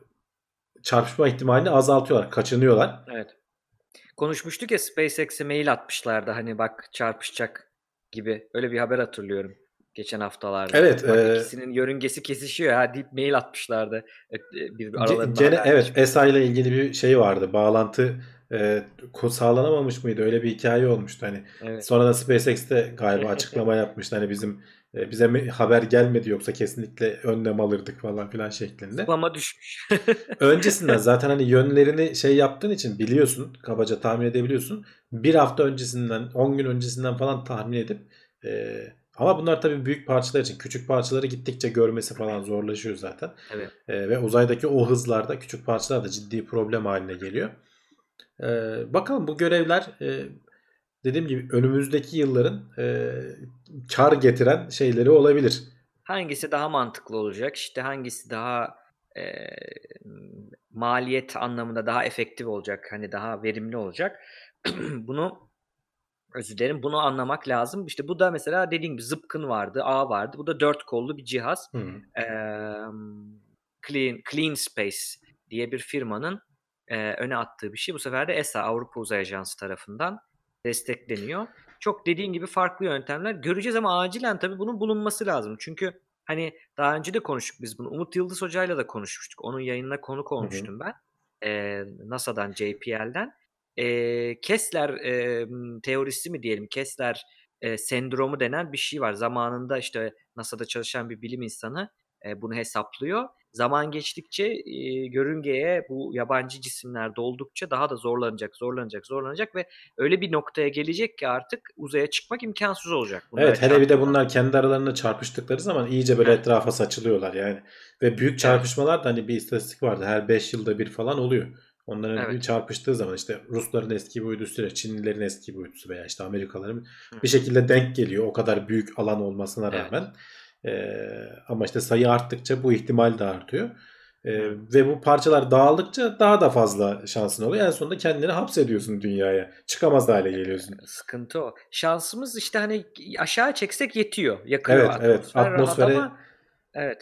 çarpışma ihtimalini azaltıyorlar, kaçınıyorlar. Evet. Konuşmuştuk ya, SpaceX'e mail atmışlardı hani bak çarpışacak gibi. Öyle bir haber hatırlıyorum geçen haftalarda. Evet, Bak e, ikisinin yörüngesi kesişiyor ha deyip mail atmışlardı. E, e, Bir Ge- aralarında Gene evet haberleşmiş. E S A ile ilgili bir şey vardı. Bağlantı e, ko- sağlanamamış mıydı? Öyle bir hikaye olmuştu. Hani Evet. sonradan SpaceX de galiba açıklama yapmıştı. Hani bizim e, bize mi- haber gelmedi yoksa kesinlikle önlem alırdık falan filan şeklinde. Spam'a düşmüş. Öncesinden zaten hani yönlerini şey yaptığın için biliyorsun, kabaca tahmin edebiliyorsun. Bir hafta öncesinden, on gün öncesinden falan tahmin edip e, ama bunlar tabii büyük parçalar için. Küçük parçaları gittikçe görmesi falan zorlaşıyor zaten. Evet. E, ve uzaydaki o hızlarda küçük parçalar da ciddi problem haline geliyor. E, bakalım bu görevler e, dediğim gibi önümüzdeki yılların e, kar getiren şeyleri olabilir. Hangisi daha mantıklı olacak? İşte hangisi daha e, maliyet anlamında daha efektif olacak? Hani daha verimli olacak? Bunu özür dilerim. Bunu anlamak lazım. İşte bu da mesela dediğim gibi zıpkın vardı, ağ vardı. Bu da dört kollu bir cihaz. Hı. Ee, Clean, Clean Space diye bir firmanın e, öne attığı bir şey. Bu sefer de E S A, Avrupa Uzay Ajansı tarafından destekleniyor. Çok dediğin gibi farklı yöntemler göreceğiz ama acilen tabii bunun bulunması lazım. Çünkü hani daha önce de konuştuk biz bunu. Umut Yıldız Hoca'yla da konuşmuştuk. Onun yayınına konuk Hı hı. olmuştum ben. Ee, NASA'dan, J P L'den. Ee, Kessler e, teorisi mi diyelim, Kessler e, sendromu denen bir şey var. Zamanında işte NASA'da çalışan bir bilim insanı e, bunu hesaplıyor. Zaman geçtikçe e, yörüngeye bu yabancı cisimler doldukça daha da zorlanacak, zorlanacak, zorlanacak ve öyle bir noktaya gelecek ki artık uzaya çıkmak imkansız olacak bunlara Evet, hele bir de çarpmadan. bunlar kendi aralarında çarpıştıkları zaman iyice böyle Heh, etrafa saçılıyorlar yani. Ve büyük evet, çarpışmalar da hani bir istatistik vardı. Her beş yılda bir falan oluyor. Onların bir evet. çarpıştığı zaman işte Rusların eski bir uydusuyla Çinlilerin eski bir uydusu veya işte Amerikalıların Hı bir hı, şekilde denk geliyor. O kadar büyük alan olmasına evet. rağmen. Ee, ama işte sayı arttıkça bu ihtimal de artıyor. Ee, Hı. ve bu parçalar dağıldıkça daha da fazla şansın oluyor. En sonunda kendini hapsediyorsun dünyaya. Çıkamaz hale geliyorsun. Sıkıntı o. Şansımız işte hani aşağı çeksek yetiyor. Yakıyor Evet, evet. atmosfer rahat Atmosfere ama evet.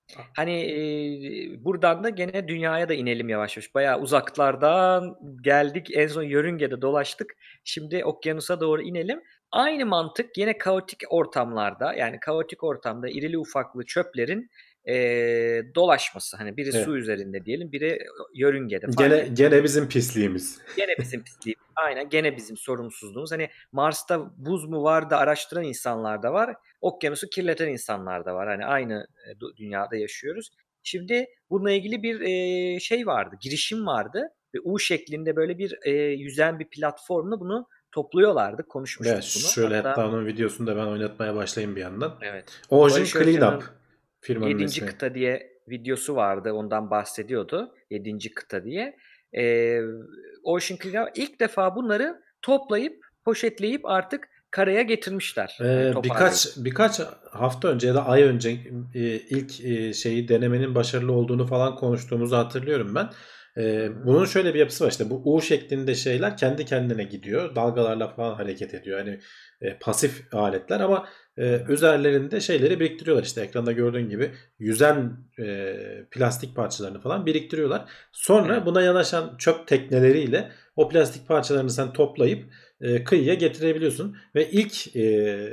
Hani e, buradan da gene dünyaya da inelim yavaş yavaş. Bayağı uzaklardan geldik. En son yörüngede dolaştık. Şimdi okyanusa doğru inelim. Aynı mantık yine kaotik ortamlarda, yani kaotik ortamda irili ufaklı çöplerin e, dolaşması. Hani biri Evet. su üzerinde diyelim, biri yörüngede, fark Gene etmez. gene bizim pisliğimiz. Gene bizim pisliğimiz. Aynen, gene bizim sorumsuzluğumuz. Hani Mars'ta buz mu var da araştıran insanlar da var. Okyanusu kirleten insanlar da var. Hani aynı e, du- dünyada yaşıyoruz. Şimdi bununla ilgili bir e, şey vardı, girişim vardı ve U şeklinde böyle bir e, yüzen bir platformla bunu topluyorlardı. Ve Konuşmuştuk bunu. şöyle Hatta hatta onun videosunu da ben oynatmaya başlayayım bir yandan. evet, Ocean Barış Cleanup Özcan'ın firmanın yedinci ismi. kıta diye videosu vardı. Ondan bahsediyordu. Yedinci kıta diye. Ee, Ocean Cleanup ilk defa bunları toplayıp, poşetleyip artık karaya getirmişler. Hani Ee, toparlayıp. birkaç birkaç hafta önce ya da ay önce e, ilk e, şeyi denemenin başarılı olduğunu falan konuştuğumuzu hatırlıyorum ben. Ee, Hı hı. bunun şöyle bir yapısı var, işte bu U şeklinde şeyler kendi kendine gidiyor. Dalgalarla falan hareket ediyor. Yani e, pasif aletler ama e, üzerlerinde şeyleri biriktiriyorlar. İşte ekranda gördüğün gibi yüzen e, plastik parçalarını falan biriktiriyorlar. Sonra Evet. buna yanaşan çöp tekneleriyle o plastik parçalarını sen toplayıp e, kıyıya getirebiliyorsun ve ilk e,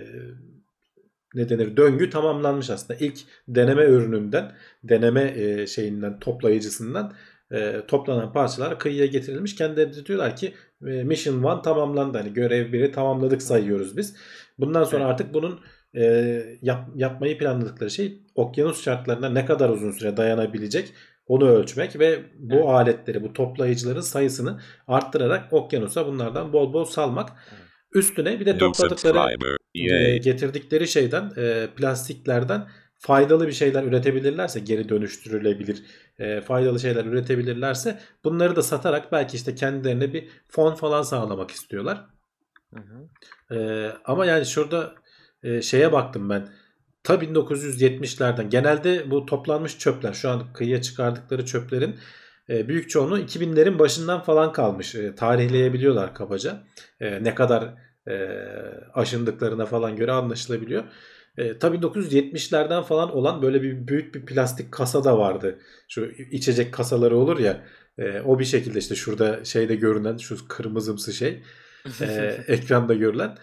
ne denir, döngü tamamlanmış aslında. İlk deneme ürününden, deneme e, şeyinden, toplayıcısından e, toplanan parçalar kıyıya getirilmiş. Kendileri de diyorlar ki e, Mission bir tamamlandı. Hani görev biri tamamladık sayıyoruz biz. Bundan sonra Evet. artık bunun e, yap, yapmayı planladıkları şey okyanus şartlarına ne kadar uzun süre dayanabilecek onu ölçmek ve bu Evet. aletleri, bu toplayıcıların sayısını arttırarak okyanusa bunlardan bol bol salmak. Evet. Üstüne bir de New topladıkları subscriber. e, Yay. getirdikleri şeyden, e, plastiklerden faydalı bir şeyler üretebilirlerse, geri dönüştürülebilir e, faydalı şeyler üretebilirlerse bunları da satarak belki işte kendilerine bir fon falan sağlamak istiyorlar. Hı hı. E, ama yani şurada e, şeye baktım ben. Ta bin dokuz yüz yetmişlerden genelde bu toplanmış çöpler, şu an kıyıya çıkardıkları çöplerin e, büyük çoğunluğu iki binlerin başından falan kalmış. E, tarihleyebiliyorlar kabaca. E, ne kadar e, aşındıklarına falan göre anlaşılabiliyor. E, tabii bin dokuz yüz yetmişlerden falan olan böyle bir büyük bir plastik kasa da vardı. Şu içecek kasaları olur ya. E, o bir şekilde işte şurada şeyde görünen şu kırmızımsı şey. E, ekranda görülen.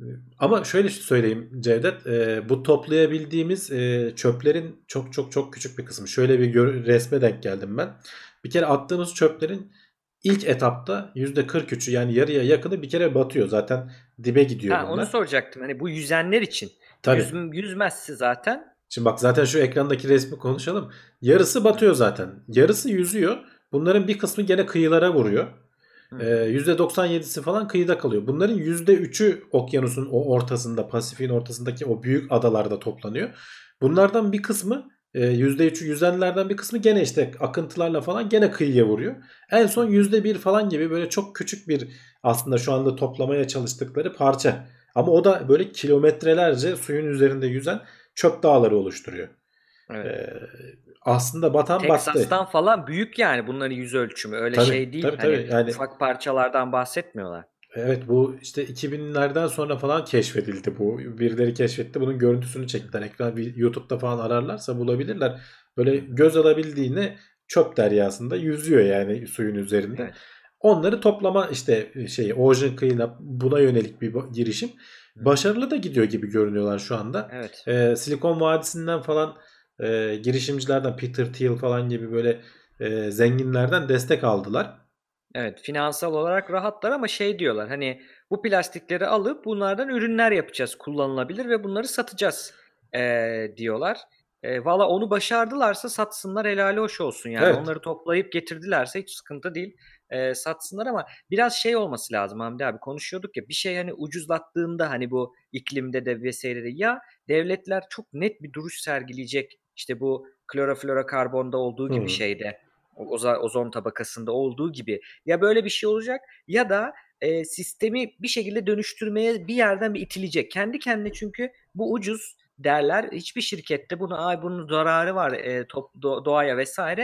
Ama şöyle söyleyeyim Cevdet, e, bu toplayabildiğimiz e, çöplerin çok çok çok küçük bir kısmı. Şöyle bir gör- resme denk geldim ben. Bir kere attığımız çöplerin ilk etapta yüzde kırk üçü, yani yarıya yakını bir kere batıyor. Zaten dibe gidiyor Ha, onu bunlar. soracaktım. Hani bu yüzenler için. Tabii. Yüz, yüzmezse zaten. Şimdi bak, zaten şu ekrandaki resmi konuşalım. Yarısı batıyor zaten. Yarısı yüzüyor. Bunların bir kısmı gene kıyılara vuruyor. Hı. Ee, yüzde doksan yedisi falan kıyıda kalıyor. Bunların yüzde üçü okyanusun o ortasında, Pasifik'in ortasındaki o büyük adalarda toplanıyor. Bunlardan bir kısmı, e, yüzde üçü yüzenlerden bir kısmı gene işte akıntılarla falan gene kıyıya vuruyor. En son yüzde bir falan gibi böyle çok küçük bir, aslında şu anda toplamaya çalıştıkları parça. Ama o da böyle kilometrelerce suyun üzerinde yüzen çöp dağları oluşturuyor. Evet. Ee, aslında batan battı. Teksas'tan falan büyük yani bunların yüz ölçümü. Öyle Tabii, şey değil. tabii, Hani tabii. Yani ufak parçalardan bahsetmiyorlar. evet, bu işte iki binlerden sonra falan keşfedildi bu. Birileri keşfetti. Bunun görüntüsünü çektiler. Ekran bir YouTube'da falan ararlarsa bulabilirler. Böyle göz alabildiğine çöp deryasında yüzüyor yani suyun üzerinde. Evet. Onları toplama işte şeyi, Ocean Cleanup buna yönelik bir girişim. Başarılı da gidiyor gibi görünüyorlar şu anda. Evet. Ee, Silikon Vadisi'nden falan e, girişimcilerden, Peter Thiel falan gibi böyle e, zenginlerden destek aldılar. Evet, finansal olarak rahatlar ama şey diyorlar, hani bu plastikleri alıp bunlardan ürünler yapacağız, kullanılabilir ve bunları satacağız eee, diyorlar. E, valla onu başardılarsa satsınlar, helali hoş olsun yani. Evet. Onları toplayıp getirdilerse hiç sıkıntı değil. E, satsınlar ama biraz şey olması lazım Hamdi abi, konuşuyorduk ya, bir şey hani ucuzlattığında, hani bu iklimde de vesaire, ya devletler çok net bir duruş sergileyecek, işte bu kloroflorokarbonda olduğu gibi Hı. şeyde, oza- ozon tabakasında olduğu gibi, ya böyle bir şey olacak ya da e, sistemi bir şekilde dönüştürmeye bir yerden bir itilecek. Kendi kendine, çünkü bu ucuz derler. Hiçbir şirkette bunu, ay bunun zararı var e, top, do- doğaya vesaire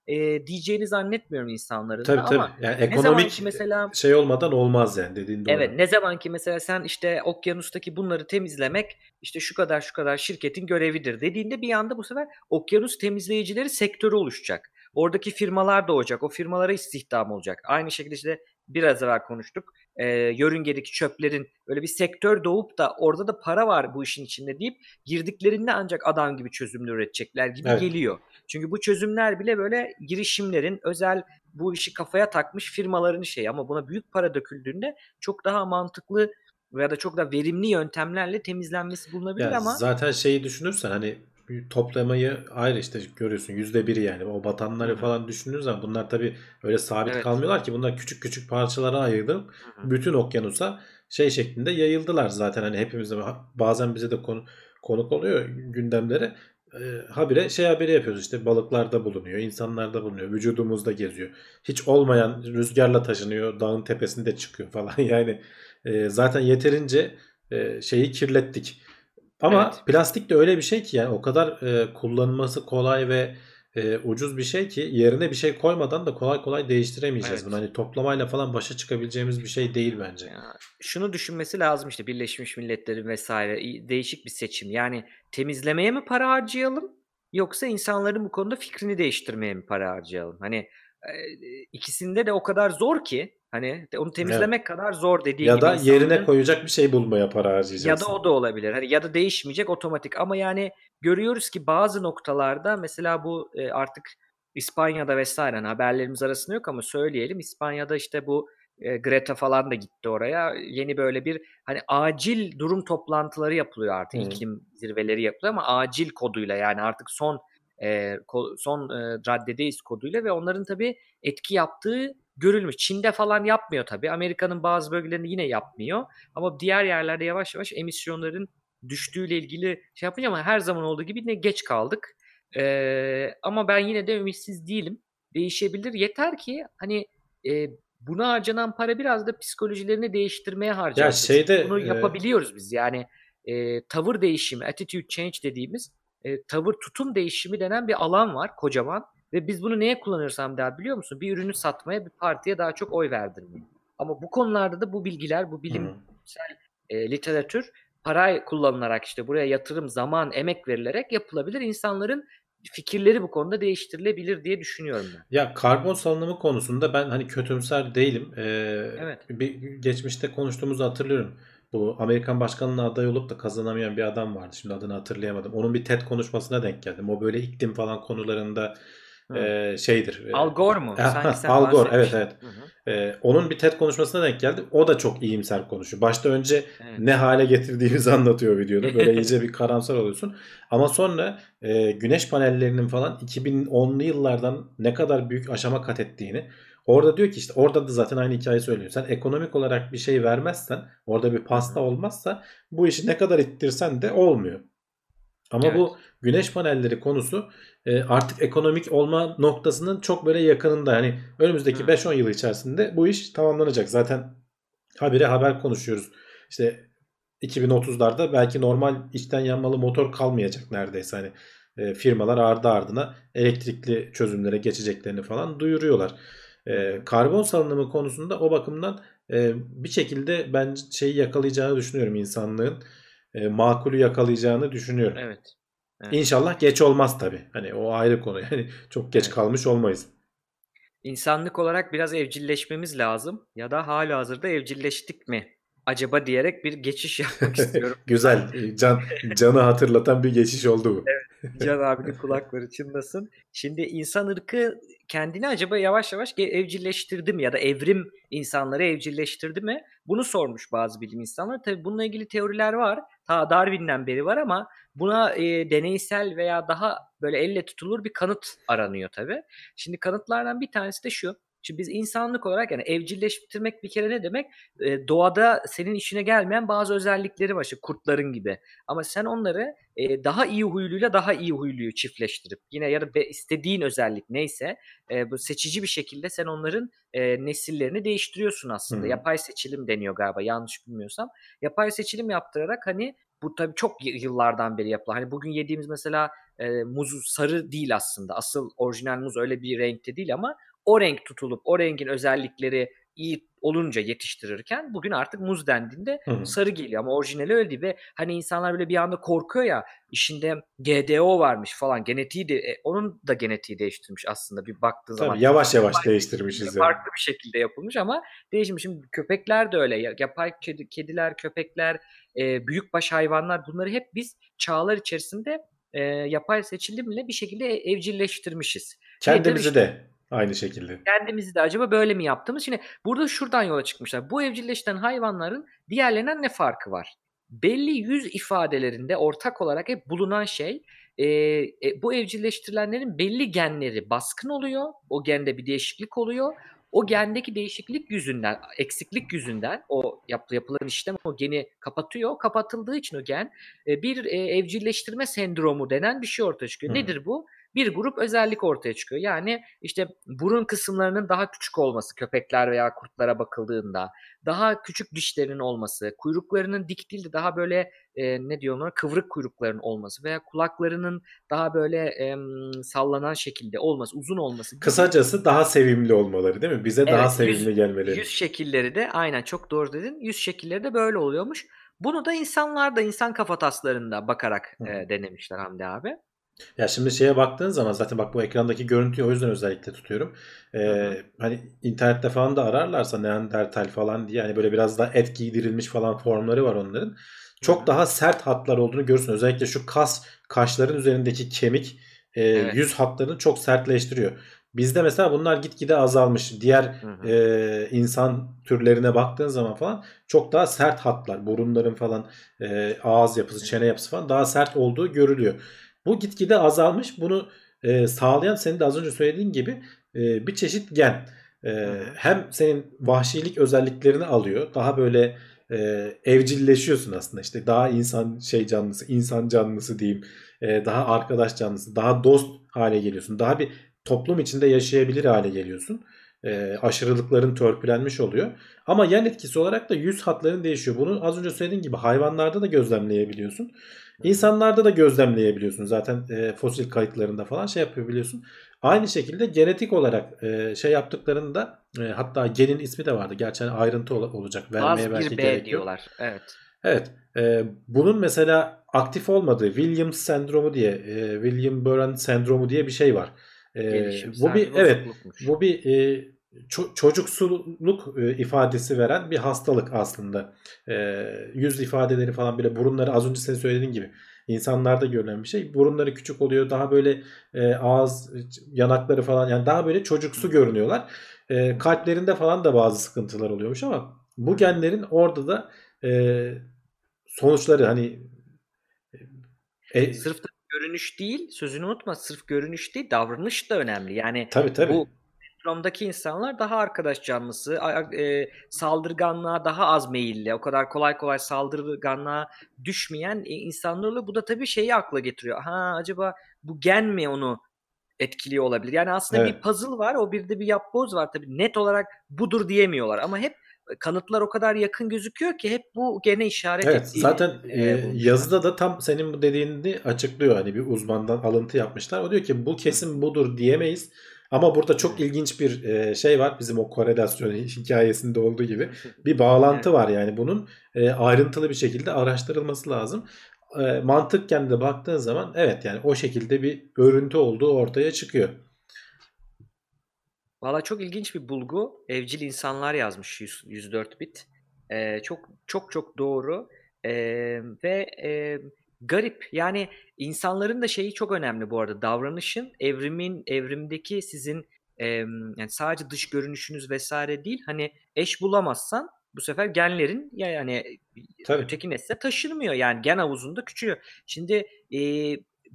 e, diyeceğini zannetmiyorum insanların da. Tabii tabii. Ama Yani ne ekonomik zamanki mesela şey olmadan olmaz yani, dediğin doğru. Evet, ne zaman ki mesela sen işte okyanustaki bunları temizlemek işte şu kadar şu kadar şirketin görevidir dediğinde bir anda bu sefer okyanus temizleyicileri sektörü oluşacak. Oradaki firmalar doğacak. O firmalara istihdam olacak. Aynı şekilde işte biraz evvel konuştuk. E, yörüngedeki çöplerin öyle bir sektör doğup da orada da para var bu işin içinde deyip girdiklerinde ancak adam gibi çözümler üretecekler gibi Evet. geliyor. Çünkü bu çözümler bile böyle girişimlerin, özel bu işi kafaya takmış firmaların şeyi, ama buna büyük para döküldüğünde çok daha mantıklı veya da çok daha verimli yöntemlerle temizlenmesi bulunabilir. Ya Ama zaten şeyi düşünürsen hani bir toplamayı ayrı işte görüyorsun, yüzde biri yani o hı batanları hı, falan düşünürsen bunlar tabii öyle sabit evet. kalmıyorlar ki, bunlar küçük küçük parçalara ayrılıp Hı hı, bütün okyanusa şey şeklinde yayıldılar zaten. Hani hepimiz de bazen bize de konu, konuk oluyor gündemlere. E, habire şey haberi yapıyoruz, işte balıklarda bulunuyor, insanlarda bulunuyor, vücudumuzda geziyor. Hiç hı hı. olmayan rüzgarla taşınıyor, dağın tepesinde çıkıyor falan yani e, zaten yeterince e, şeyi kirlettik. Ama Evet, plastik de öyle bir şey ki yani o kadar e, kullanılması kolay ve e, ucuz bir şey ki yerine bir şey koymadan da kolay kolay değiştiremeyeceğiz bunu. evet. Hani toplamayla falan başa çıkabileceğimiz bir şey değil bence. Ya, şunu düşünmesi lazım işte Birleşmiş Milletler'in vesaire i- değişik bir seçim. Yani temizlemeye mi para harcayalım yoksa insanların bu konuda fikrini değiştirmeye mi para harcayalım? Hani e, ikisinde de o kadar zor ki hani de onu Evet. temizlemek kadar zor dediğin Ya gibi da yerine insanların. koyacak bir şey bulmaya para Ya da harcayacaksın. o da olabilir. Hani ya da değişmeyecek otomatik, ama yani görüyoruz ki bazı noktalarda mesela bu e, artık İspanya'da vesaire, hani haberlerimiz arasında yok ama söyleyelim, İspanya'da işte bu e, Greta falan da gitti oraya. Yeni böyle bir hani acil durum toplantıları yapılıyor artık. Hı. İklim zirveleri yapılıyor ama acil koduyla, yani artık son e, ko- son e, raddedeyiz koduyla ve onların tabii etki yaptığı görülmüş. Çin'de falan yapmıyor tabii. Amerika'nın bazı bölgelerinde yine yapmıyor. Ama diğer yerlerde yavaş yavaş emisyonların düştüğüyle ilgili şey yapınca, ama her zaman olduğu gibi yine geç kaldık. Ee, ama ben yine de ümitsiz değilim. Değişebilir. Yeter ki hani e, buna harcanan para biraz da psikolojilerini değiştirmeye Ya harcansın. Çünkü şeyde bunu e, yapabiliyoruz biz. Yani e, tavır değişimi, attitude change dediğimiz e, tavır tutum değişimi denen bir alan var kocaman. Ve biz bunu neye kullanıyoruz Hamdi abi, biliyor musun? Bir ürünü satmaya, bir partiye daha çok oy verdirmeye. Ama bu konularda da bu bilgiler, bu hı. bilimsel e, literatür para kullanılarak, işte buraya yatırım, zaman, emek verilerek yapılabilir. İnsanların fikirleri bu konuda değiştirilebilir diye düşünüyorum ben. Ya karbon salınımı konusunda ben hani kötümser değilim. Ee, Evet. bir geçmişte konuştuğumuzu hatırlıyorum. Bu Amerikan başkanlığına aday olup da kazanamayan bir adam vardı. Şimdi adını hatırlayamadım. Onun bir TED konuşmasına denk geldim. O böyle iklim falan konularında Hı. e, şeydir. Al Gore mu? E, Sanki sen Al Gore, evet bahsetmiştin. evet. Hı hı. E, onun bir TED konuşmasına denk geldi. O da çok iyimser konuşuyor. Başta önce ne Evet. hale getirdiğimizi anlatıyor videoda. Böyle iyice bir karamsar oluyorsun. Ama sonra e, güneş panellerinin falan iki bin onlu yıllardan ne kadar büyük aşama kat ettiğini, orada diyor ki işte orada da zaten aynı hikayeyi söylüyor. Sen ekonomik olarak bir şey vermezsen, orada bir Hı pasta hı. olmazsa bu işi ne kadar ittirsen de olmuyor. Ama bu Evet. güneş panelleri konusu e, artık ekonomik olma noktasının çok böyle yakınında. Yani önümüzdeki Hı. beş on yıl içerisinde bu iş tamamlanacak. Zaten habire haber konuşuyoruz. İşte iki bin otuzlarda belki normal içten yanmalı motor kalmayacak neredeyse. Hani e, firmalar ardı ardına elektrikli çözümlere geçeceklerini falan duyuruyorlar. Hı E, hı. karbon salınımı konusunda o bakımdan e, bir şekilde ben şeyi yakalayacağını düşünüyorum insanlığın. E, makulü yakalayacağını düşünüyorum. Evet. Evet. İnşallah geç olmaz tabii. Hani o ayrı konu. Yani çok geç Evet. kalmış olmayız. İnsanlık olarak biraz evcilleşmemiz lazım ya da halihazırda evcilleştik mi acaba diyerek bir geçiş yapmak istiyorum buradan. Güzel. Can canı hatırlatan bir geçiş oldu bu. Evet, Can abinin kulakları çınlasın. Şimdi insan ırkı kendini acaba yavaş yavaş ge- evcilleştirdi mi ya da evrim insanları evcilleştirdi mi? Bunu sormuş bazı bilim insanları. Tabii bununla ilgili teoriler var. Ta Darwin'den beri var ama buna e, deneysel veya daha böyle elle tutulur bir kanıt aranıyor tabii. Şimdi kanıtlardan bir tanesi de şu. Şimdi biz insanlık olarak yani evcilleştirmek bir kere ne demek? E, doğada senin işine gelmeyen bazı özellikleri var. İşte kurtların gibi. Ama sen onları e, daha iyi huyluyla daha iyi huyluyu çiftleştirip yine ya da be, istediğin özellik neyse e, bu seçici bir şekilde sen onların e, nesillerini değiştiriyorsun aslında. Hı. Yapay seçilim deniyor galiba yanlış bilmiyorsam. Yapay seçilim yaptırarak hani bu tabii çok y- yıllardan beri yapılan. Hani bugün yediğimiz mesela e, muz sarı değil aslında. Asıl orijinal muz öyle bir renkte değil ama o renk tutulup o rengin özellikleri iyi olunca yetiştirirken bugün artık muz dendiğinde Hı hı. sarı geliyor ama orijinali öyle değil ve hani insanlar böyle bir anda korkuyor ya işinde G D O varmış falan genetiği de e, onun da genetiği değiştirmiş aslında bir baktığı zaman Tabii yavaş yavaş yapay değiştirmişiz yani. farklı bir şekilde yapılmış ama değişmiş. Şimdi köpekler de öyle. Ya- Yapay kedi, kediler, köpekler, e, büyükbaş hayvanlar bunları hep biz çağlar içerisinde e, yapay seçilimle bir şekilde evcilleştirmişiz. Nedir? Kendimizi İşte de aynı şekilde. kendimizi de acaba böyle mi yaptığımız? Şimdi burada şuradan yola çıkmışlar. Bu evcilleştiren hayvanların diğerlerinden ne farkı var? Belli yüz ifadelerinde ortak olarak hep bulunan şey e, e, bu evcilleştirilenlerin belli genleri baskın oluyor. O gende bir değişiklik oluyor. O gendeki değişiklik yüzünden, eksiklik yüzünden o yap, yapılan işlem o geni kapatıyor. Kapatıldığı için o gen e, bir e, evcilleştirme sendromu denen bir şey ortaya çıkıyor. Hı hı. Nedir bu? Bir grup özellik ortaya çıkıyor. Yani işte burun kısımlarının daha küçük olması köpekler veya kurtlara bakıldığında, daha küçük dişlerinin olması, kuyruklarının dik değil de daha böyle e, ne diyorlar kıvrık kuyruklarının olması veya kulaklarının daha böyle e, sallanan şekilde olması, uzun olması gibi. Kısacası daha sevimli olmaları değil mi? Bize daha Evet, yüz sevimli gelmeleri. yüz şekilleri de aynen çok doğru dedin. Yüz şekilleri de böyle oluyormuş. Bunu da insanlar da insan kafataslarında bakarak Hı hı. e, denemişler Hamdi abi. Ya şimdi şeye baktığın zaman zaten bak bu ekrandaki görüntüyü o yüzden özellikle tutuyorum. Hı Ee, hı. hani internette falan da ararlarsa Neandertal falan diye hani böyle biraz daha et giydirilmiş falan formları var onların. Hı Çok hı. daha sert hatlar olduğunu görürsün. Özellikle şu kas kaşların üzerindeki kemik e, Evet. yüz hatlarını çok sertleştiriyor. Bizde mesela bunlar gitgide azalmış. Diğer Hı hı. e, insan türlerine baktığın zaman falan çok daha sert hatlar. Burunların falan e, ağız yapısı, çene yapısı falan daha sert olduğu görülüyor. Bu gitgide azalmış. Bunu e, sağlayan senin de az önce söylediğin gibi e, bir çeşit gen. Hı E, hı. hem senin vahşilik özelliklerini alıyor. Daha böyle e, evcilleşiyorsun aslında. İşte daha insan şey canlısı, insan canlısı diyeyim. E, daha arkadaş canlısı, daha dost hale geliyorsun. Daha bir toplum içinde yaşayabilir hale geliyorsun. E, aşırılıkların törpülenmiş oluyor. Ama yan etkisi olarak da yüz hatların değişiyor. Bunu az önce söylediğin gibi hayvanlarda da gözlemleyebiliyorsun. Hı hı. İnsanlarda da gözlemleyebiliyorsun. Zaten e, fosil kayıtlarında falan şey yapabiliyorsun. Aynı şekilde genetik olarak e, şey yaptıklarında e, hatta genin ismi de vardı. Gerçi hani ayrıntı ol- olacak. Vermeye Faz belki bir B gerek yok. diyorlar. Evet. Evet. E, bunun mesela aktif olmadığı Williams sendromu diye e, William Burden sendromu diye bir şey var. E, bu Gelişimsel bir bir evet bozuklukmuş. bu bir e, ço- çocuksuluk e, ifadesi veren bir hastalık aslında. E, yüz ifadeleri falan bile burunları az önce senin söylediğin gibi insanlarda görülen bir şey. Burunları küçük oluyor. Daha böyle e, ağız yanakları falan yani daha böyle Hı çocuksu hı. görünüyorlar. Hı E, hı. kalplerinde falan da bazı sıkıntılar oluyormuş ama Hı bu hı. genlerin orada da e, sonuçları hani e, Sırf da görünüş değil, sözünü unutma, sırf görünüş değil, davranış da önemli. Yani tabii tabii. bu sendromdaki insanlar daha arkadaş canlısı, a- e, saldırganlığa daha az meyilli, o kadar kolay kolay saldırganlığa düşmeyen e, insanlar oluyor. Bu da tabii şeyi akla getiriyor. Ha acaba bu gen mi onu etkiliyor olabilir? Yani aslında bir Evet. puzzle var, o bir de bir yapboz var. Tabii net olarak budur diyemiyorlar ama hep kanıtlar o kadar yakın gözüküyor ki hep bu gene işaret Evet ettiğini zaten e, e, bulmuşlar. yazıda da tam senin bu dediğini açıklıyor. Hani bir uzmandan alıntı yapmışlar. O diyor ki bu Hı kesin budur diyemeyiz. Ama burada çok hı. ilginç bir e, şey var. Bizim o korelasyon hikayesinde olduğu gibi bir Evet. bağlantı var yani bunun e, ayrıntılı bir şekilde araştırılması lazım. E, mantıkken de baktığın zaman evet yani o şekilde bir örüntü olduğu ortaya çıkıyor. Valla çok ilginç bir bulgu. Evcil insanlar yazmış yüz, yüz dört bit. Ee, çok çok çok doğru. Ee, ve e, garip. Yani insanların da şeyi çok önemli bu arada. Davranışın evrimin evrimdeki sizin e, yani sadece dış görünüşünüz vesaire değil. Hani eş bulamazsan bu sefer genlerin ya yani Tabii. öteki nesle taşınmıyor. Yani gen havuzunda küçülüyor. Şimdi e,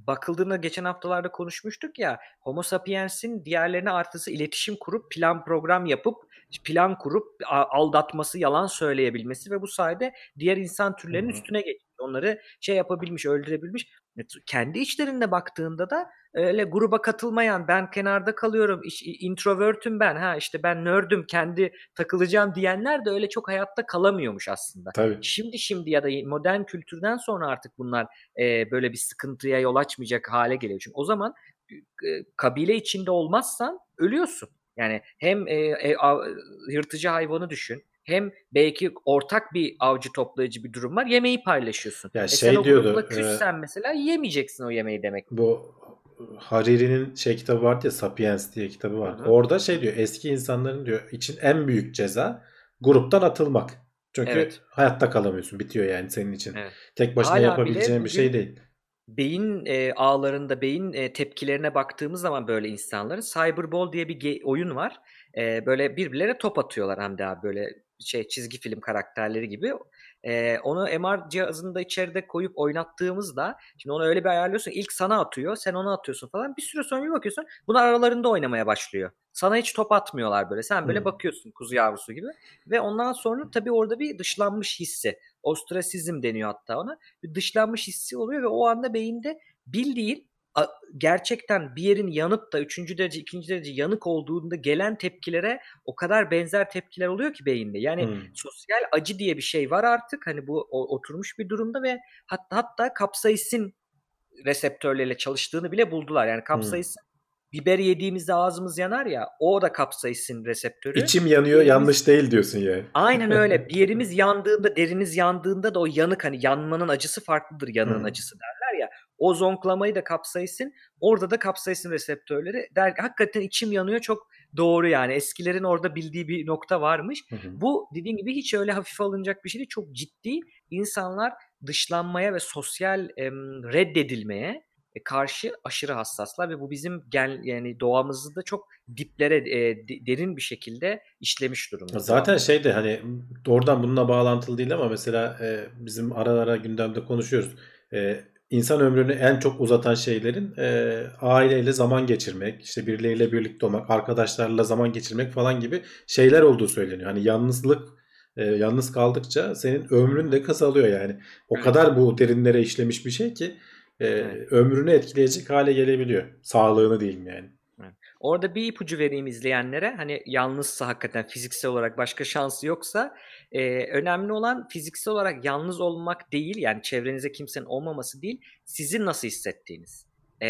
bakıldığında geçen haftalarda konuşmuştuk ya, Homo sapiens'in diğerlerine artısı iletişim kurup plan program yapıp plan kurup a- aldatması, yalan söyleyebilmesi ve bu sayede diğer insan Hı türlerinin hı. üstüne geçmiş. Onları şey yapabilmiş, öldürebilmiş. Evet, kendi içlerinde baktığında da öyle gruba katılmayan, ben kenarda kalıyorum, iş- introvertüm ben, ha işte ben nerd'üm, kendi takılacağım diyenler de öyle çok hayatta kalamıyormuş aslında. Tabii. Şimdi şimdi ya da modern kültürden sonra artık bunlar e, böyle bir sıkıntıya yol açmayacak hale geliyor. Çünkü o zaman e, kabile içinde olmazsan ölüyorsun. Yani hem e, e, av- yırtıcı hayvanı düşün, hem belki ortak bir avcı toplayıcı bir durum var. Yemeği paylaşıyorsun. Ya E sen şey o grupla diyordu e, küssen mesela yiyemeyeceksin o yemeği demek. bu Hariri'nin şey kitabı vardı ya, Sapiens diye kitabı Hı vardı. hı. Orada şey diyor, eski insanların diyor için en büyük ceza gruptan atılmak. Çünkü Evet. hayatta kalamıyorsun. Bitiyor yani senin için. Evet. Tek başına Hala bile yapabileceğin bir şey bugün değil. beyin e, ağlarında, beyin e, tepkilerine baktığımız zaman böyle insanların Cyberball diye bir ge- oyun var. E, böyle birbirlerine top atıyorlar hem de abi, böyle şey çizgi film karakterleri gibi. E, onu M R cihazında içeride koyup oynattığımızda, şimdi onu öyle bir ayarlıyorsun. İlk sana atıyor, sen ona atıyorsun falan. Bir süre sonra bir bakıyorsun bunlar aralarında oynamaya başlıyor. Sana hiç top atmıyorlar böyle. Sen böyle Hı. bakıyorsun kuzu yavrusu gibi. Ve ondan sonra tabii orada bir dışlanmış hissi. Ostrasizm deniyor hatta ona, bir dışlanmış hissi oluyor ve o anda beyinde bildiğin a- gerçekten bir yerin yanıp da üçüncü derece, ikinci derece yanık olduğunda gelen tepkilere o kadar benzer tepkiler oluyor ki beyinde. Yani Hı. sosyal acı diye bir şey var artık. Hani bu o- oturmuş bir durumda ve hatta hatta kapsaisin reseptörleriyle çalıştığını bile buldular. Yani Hı. kapsaisin, biber yediğimizde ağzımız yanar ya, o da kapsaisin reseptörü. İçim yanıyor, Yerimiz yanlış değil diyorsun yani. Aynen öyle. Bir yerimiz yandığında, deriniz yandığında da o yanık, hani yanmanın acısı farklıdır, yanığın Hı. acısı derler ya. O zonklamayı da kapsaisin. Orada da kapsaisin reseptörleri der. Hakikaten içim yanıyor, çok doğru yani. Eskilerin orada bildiği bir nokta varmış. Hı hı. Bu dediğin gibi hiç öyle hafife alınacak bir şey değil. Çok ciddi. İnsanlar dışlanmaya ve sosyal em, reddedilmeye e, karşı aşırı hassaslar ve bu bizim gen, yani doğamızı da çok diplere e, de- derin bir şekilde işlemiş durumda bu Zaten anlamda. şey de hani doğrudan bununla bağlantılı değil ama mesela e, bizim ara ara gündemde konuşuyoruz. E, insan ömrünü en çok uzatan şeylerin e, aileyle zaman geçirmek, işte birileriyle birlikte olmak, arkadaşlarla zaman geçirmek falan gibi şeyler olduğu söyleniyor. Hani yalnızlık, e, yalnız kaldıkça senin ömrün de kısalıyor yani. O Evet, kadar bu derinlere işlemiş bir şey ki e, evet, ömrünü etkileyecek hale gelebiliyor. Sağlığını diyeyim yani. evet. Orada bir ipucu vereyim izleyenlere. Hani yalnızsa, hakikaten fiziksel olarak başka şansı yoksa, e, önemli olan fiziksel olarak yalnız olmak değil, yani çevrenize kimsenin olmaması değil, sizin nasıl hissettiğiniz. E,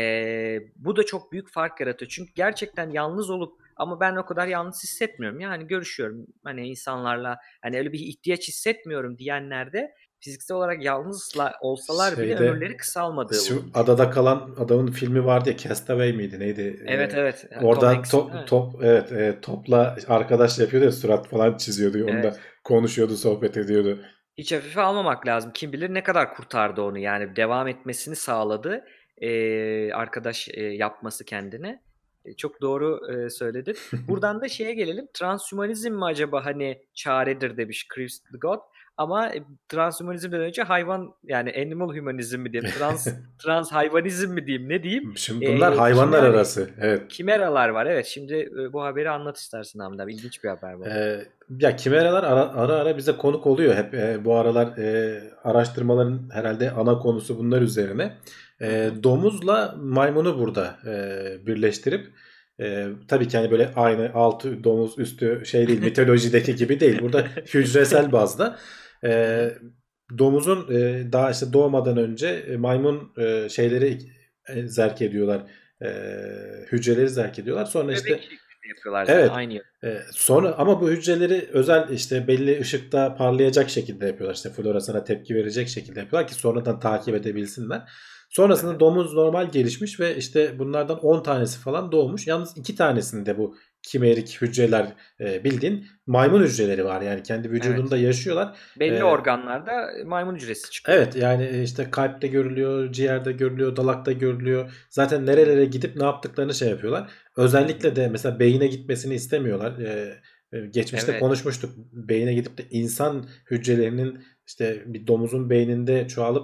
bu da çok büyük fark yaratıyor. Çünkü gerçekten yalnız olup ama ben o kadar yalnız hissetmiyorum. Yani görüşüyorum hani insanlarla, hani öyle bir ihtiyaç hissetmiyorum diyenlerde fiziksel olarak yalnızla olsalar bile Şeyde ömürleri kısalmadığı şu bulunmuş. adada kalan adamın filmi vardı ya, Castaway miydi neydi? Evet, Ee, evet. Tom orada Hanks'in değil top, mi? top evet, evet, topla arkadaş yapıyordu ya, surat falan çiziyordu. Onunla Evet. konuşuyordu, sohbet ediyordu. Hiç hafife almamak lazım. Kim bilir ne kadar kurtardı onu, yani devam etmesini sağladı. Ee, arkadaş e, yapması kendine. E, çok doğru e, söyledin. Buradan da şeye gelelim. Transhümanizm mi acaba hani çaredir demiş Chris the God. Ama e, transhümanizmden önce hayvan, yani animal humanizm mi diyeyim, trans trans hayvanizm mi diyeyim, ne diyeyim? Şimdi bunlar E, hayvanlar kimer arası. Evet. kimeralar var. Evet, şimdi e, bu haberi anlat istersen Hamdi abi. İlginç bir haber bu. Ee, ya kimeralar ara, ara ara bize konuk oluyor hep. Ee, bu aralar e, araştırmaların herhalde ana konusu bunlar üzerine. Hı Ee, hı. domuzla maymunu burada e, birleştirip e, tabii ki hani böyle aynı altı domuz üstü şey değil, mitolojideki gibi değil. Burada hücresel bazda Hı hı. e, domuzun e, daha işte doğmadan önce e, maymun e, şeyleri e, zerk ediyorlar. E, hücreleri zerk ediyorlar. Sonra Bebek işte şeklinde yapıyorlar zaten, evet. aynı. Ee, sonra ama bu hücreleri özel işte belli ışıkta parlayacak şekilde yapıyorlar. İşte floresana tepki verecek şekilde yapıyorlar ki sonradan takip edebilsinler. Hı Sonrasında hı. domuz normal gelişmiş ve işte bunlardan on tanesi falan doğmuş. Yalnız iki tanesinde bu kimerik hücreler e, bildiğin maymun hücreleri var. Yani kendi Evet. vücudunda yaşıyorlar. Belli E, organlarda maymun hücresi çıkıyor. Evet yani e, işte kalpte görülüyor, ciğerde görülüyor, dalakta görülüyor. Zaten Hı hı. nerelere gidip ne yaptıklarını şey yapıyorlar. Hı hı. Özellikle de mesela beyine gitmesini istemiyorlar. Ee, e, geçmişte Evet. konuşmuştuk. Beyine gidip de insan hücrelerinin işte bir domuzun beyninde çoğalıp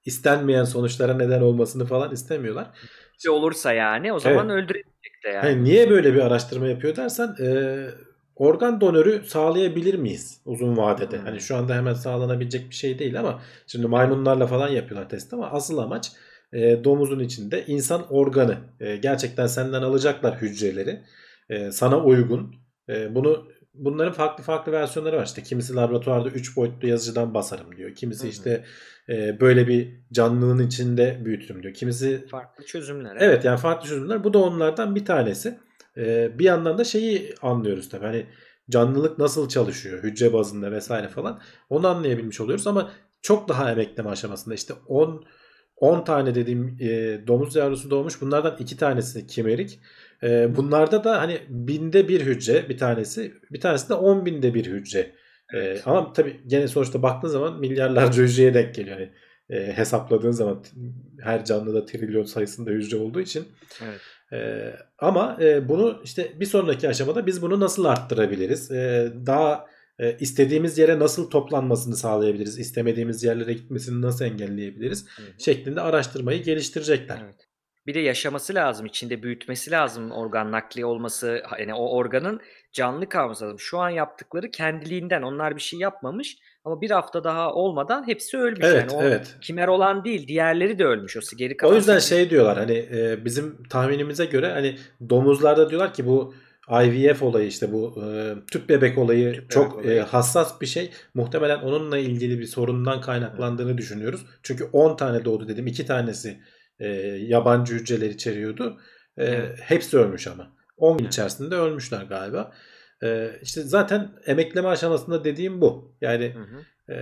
istenmeyen sonuçlara neden olmasını falan istemiyorlar. Bir olursa yani o zaman Evet. öldürecek de yani. Hani niye böyle bir araştırma yapıyor dersen e, organ donörü sağlayabilir miyiz uzun vadede? Hmm. Hani şu anda hemen sağlanabilecek bir şey değil ama şimdi maymunlarla falan yapıyorlar test ama asıl amaç e, domuzun içinde insan organı. E, gerçekten senden alacaklar hücreleri. E, sana uygun. E, bunu bunların farklı farklı versiyonları var. İşte kimisi laboratuvarda üç boyutlu yazıcıdan basarım diyor. Kimisi Hı hı. işte e, böyle bir canlının içinde büyütürüm diyor. Kimisi Farklı çözümler. Evet. Evet yani farklı çözümler. Bu da onlardan bir tanesi. Ee, bir yandan da şeyi anlıyoruz tabii. Hani canlılık nasıl çalışıyor hücre bazında vesaire falan. Onu anlayabilmiş oluyoruz ama çok daha emekleme aşamasında işte on on tane dediğim e, domuz yavrusu doğmuş. Bunlardan iki tanesi kimerik. E, bunlarda da hani binde bir hücre bir tanesi. Bir tanesi de on binde bir hücre. E, Evet. ama tabii gene sonuçta baktığın zaman milyarlarca hücreye denk geliyor. Yani e, hesapladığın zaman her canlıda trilyon sayısında hücre olduğu için. Evet. E, ama e, bunu işte bir sonraki aşamada biz bunu nasıl arttırabiliriz? E, daha e, istediğimiz yere nasıl toplanmasını sağlayabiliriz? İstemediğimiz yerlere gitmesini nasıl engelleyebiliriz? Hı hı. Şeklinde araştırmayı geliştirecekler. Evet. Bir de yaşaması lazım, içinde büyütmesi lazım organ nakli olması, yani o organın canlı kalması lazım. Şu an yaptıkları kendiliğinden, onlar bir şey yapmamış ama bir hafta daha olmadan hepsi ölmüş. Evet, Yani o evet. kimer olan değil, diğerleri de ölmüş. O geri O kalan yüzden sekiz. şey diyorlar hani e, bizim tahminimize göre hani domuzlarda diyorlar ki bu I V F olayı işte bu e, tüp bebek olayı Tüp bebek çok e, olayı. hassas bir şey. Muhtemelen onunla ilgili bir sorundan kaynaklandığını düşünüyoruz. Çünkü on tane doğdu dedim. iki tanesi e, yabancı hücreler içeriyordu. E, Evet. hepsi ölmüş ama. on gün Evet. içerisinde ölmüşler galiba. E, işte zaten emekleme aşamasında dediğim bu. Yani Hı hı. e,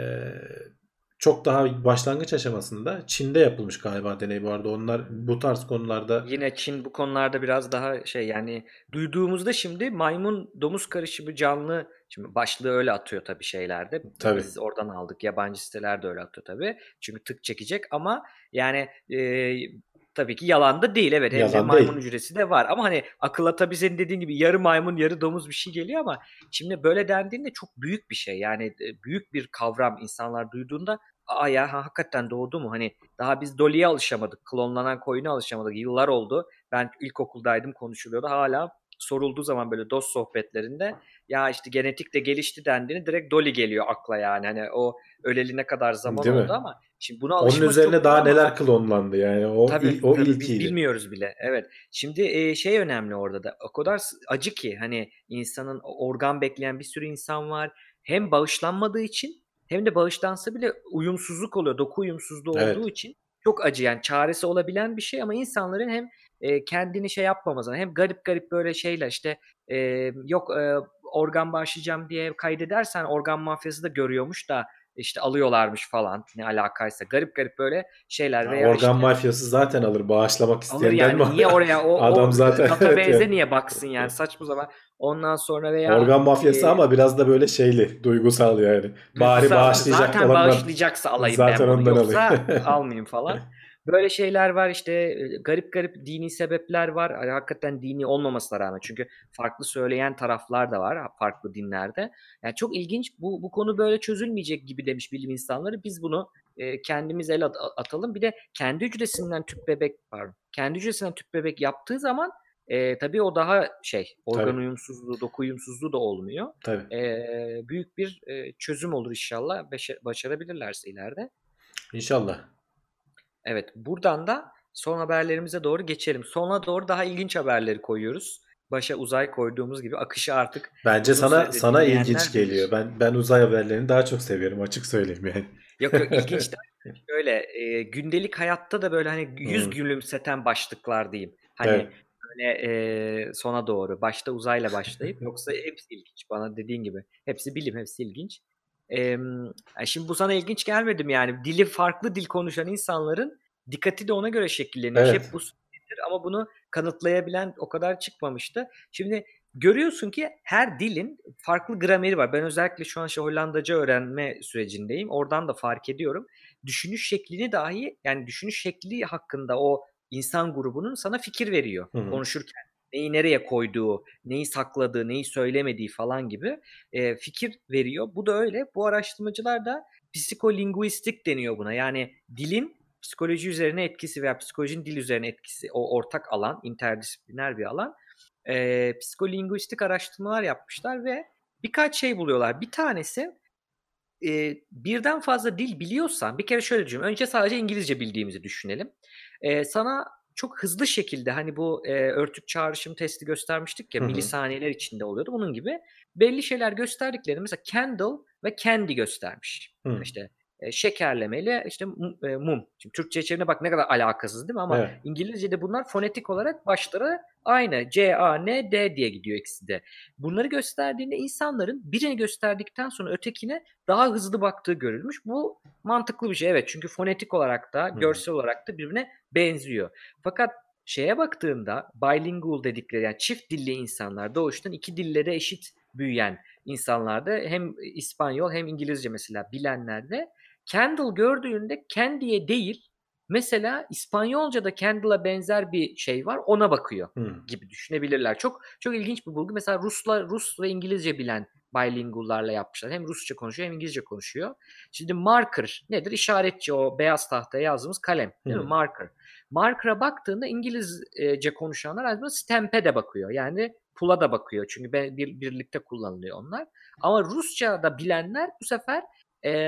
çok daha başlangıç aşamasında Çin'de yapılmış galiba deney bu arada. Onlar bu tarz konularda Yine Çin bu konularda biraz daha şey, yani duyduğumuzda şimdi maymun domuz karışımı canlı, şimdi başlığı öyle atıyor tabii şeylerde. tabii Biz oradan aldık. Yabancı siteler de öyle atıyor tabii. Çünkü tık çekecek ama yani e, tabii ki yalan da değil. Evet, hem de yalan maymun değil. hücresi de var ama hani akılla tabii senin dediğin gibi yarı maymun yarı domuz bir şey geliyor ama şimdi böyle dendiğinde çok büyük bir şey. Yani e, büyük bir kavram, insanlar duyduğunda aa ya ha, hakikaten doğdu mu? Hani daha biz Dolly'ye alışamadık. Klonlanan koyuna alışamadık. Yıllar oldu. Ben ilkokuldaydım, konuşuluyordu. Hala sorulduğu zaman böyle dost sohbetlerinde ya işte genetik de gelişti dendiğinde direkt Dolly geliyor akla yani. Hani o öleli ne kadar zaman Değil mi? oldu ama şimdi buna Onun alışması çok üzerine zor daha ama neler klonlandı yani. O, tabii il- o tabii biz ilkiydi. bilmiyoruz bile. Evet. Şimdi e, şey önemli orada da. O kadar s- acı ki hani insanın organ bekleyen bir sürü insan var. Hem bağışlanmadığı için hem de bağışlansa bile uyumsuzluk oluyor. Doku uyumsuzluğu olduğu Evet. için çok acı, yani çaresi olabilen bir şey ama insanların hem e, kendini şey yapmaması, hem garip garip böyle şeyler işte e, yok e, organ bağışlayacağım diye kaydedersen organ mafyası da görüyormuş da işte alıyorlarmış falan, ne alakaysa garip garip böyle şeyler Ya veya organ işte mafyası zaten alır. Bağışlamak alır isteyenden mi? yani. Niye oraya o, Adam o zaten evet database'e yani. niye baksın yani, saçma zaman. Ondan sonra veya Organ mafyası e, ama biraz da böyle şeyli, duygusal yani. Bari duygusal, bağışlayacak zaten olandan bağışlayacaksa alayım zaten ben bunu, ondan alıyor. yoksa almayayım falan. Böyle şeyler var işte, e, garip garip dini sebepler var. Yani hakikaten dini olmamasına rağmen, çünkü farklı söyleyen taraflar da var farklı dinlerde. Yani çok ilginç, bu bu konu böyle çözülmeyecek gibi demiş bilim insanları. Biz bunu e, kendimiz el at- atalım. Bir de kendi hücresinden tüp bebek pardon. Kendi hücresinden tüp bebek yaptığı zaman e, tabii o daha şey, organ Tabii. uyumsuzluğu, doku uyumsuzluğu da olmuyor. Tabii. Eee, büyük bir eee, çözüm olur inşallah, beşe- başarabilirlerse ileride. İnşallah. Evet, buradan da son haberlerimize doğru geçelim. Sona doğru daha ilginç haberleri koyuyoruz. Başa uzay koyduğumuz gibi akışı artık Bence uzun sana süredir sana ilginç dinleyenler geliyor. bilir. Ben ben uzay haberlerini daha çok seviyorum açık söyleyeyim yani. Yok yok, ilginç de şöyle eee, gündelik hayatta da böyle hani yüz Hmm, gülümseten başlıklar diyeyim. Hani evet. böyle eee, sona doğru başta uzayla başlayıp, yoksa hepsi ilginç, bana dediğin gibi. Hepsi bilim, hepsi ilginç. Em, ya şimdi bu sana ilginç gelmedi mi yani? Dili farklı dil konuşan insanların dikkati de ona göre şekilleniyor. Evet. Hep bu söylenir ama bunu kanıtlayabilen o kadar çıkmamıştı. Şimdi görüyorsun ki her dilin farklı grameri var. Ben özellikle şu an şey Hollandaca öğrenme sürecindeyim. Oradan da fark ediyorum. Düşünüş şeklini dahi, yani düşünüş şekli hakkında o insan grubunun sana fikir veriyor Hı hı. konuşurken. Neyi nereye koyduğu, neyi sakladığı, neyi söylemediği falan gibi e, fikir veriyor. Bu da öyle. Bu araştırmacılar da psikolinguistik deniyor buna. Yani dilin psikoloji üzerine etkisi veya psikolojinin dil üzerine etkisi, o ortak alan, interdisipliner bir alan. E, psikolinguistik araştırmalar yapmışlar ve birkaç şey buluyorlar. Bir tanesi e, birden fazla dil biliyorsan, bir kere şöyle düşünelim. Önce sadece İngilizce bildiğimizi düşünelim. E, sana çok hızlı şekilde, hani bu e, örtük çağrışım testi göstermiştik ya, Hı hı. milisaniyeler içinde oluyordu. Bunun gibi belli şeyler gösterdiklerini, mesela candle ve candy göstermiş. Hı. İşte e, şekerlemeli işte mum. E, mum. Şimdi Türkçe çevirine bak, ne kadar alakasız değil mi? Ama Evet. İngilizce'de bunlar fonetik olarak başları aynı. C, A, N, D diye gidiyor ikisi de. Bunları gösterdiğinde insanların birini gösterdikten sonra ötekine daha hızlı baktığı görülmüş. Bu mantıklı bir şey, evet, çünkü fonetik olarak da Hı. görsel olarak da birbirine benziyor. Fakat şeye baktığında bilingual dedikleri, yani çift dilli insanlar, doğuştan iki dillere eşit büyüyen insanlarda, hem İspanyol hem İngilizce mesela bilenlerde, candle gördüğünde candy'ye değil, mesela İspanyolca'da candle'a benzer bir şey var, ona bakıyor Hı. gibi düşünebilirler. Çok çok ilginç bir bulgu. Mesela Ruslar, Rus ve İngilizce bilen bilingual'larla yapmışlar. Hem Rusça konuşuyor hem İngilizce konuşuyor. Şimdi marker nedir? İşaretçi, o beyaz tahtaya yazdığımız kalem, değil Hı. mi? Marker. Marker'a baktığında İngilizce konuşanlar aslında stamp'e de bakıyor. Yani pula da bakıyor. Çünkü bir, bir, birlikte kullanılıyor onlar. Ama Rusça'da bilenler bu sefer e,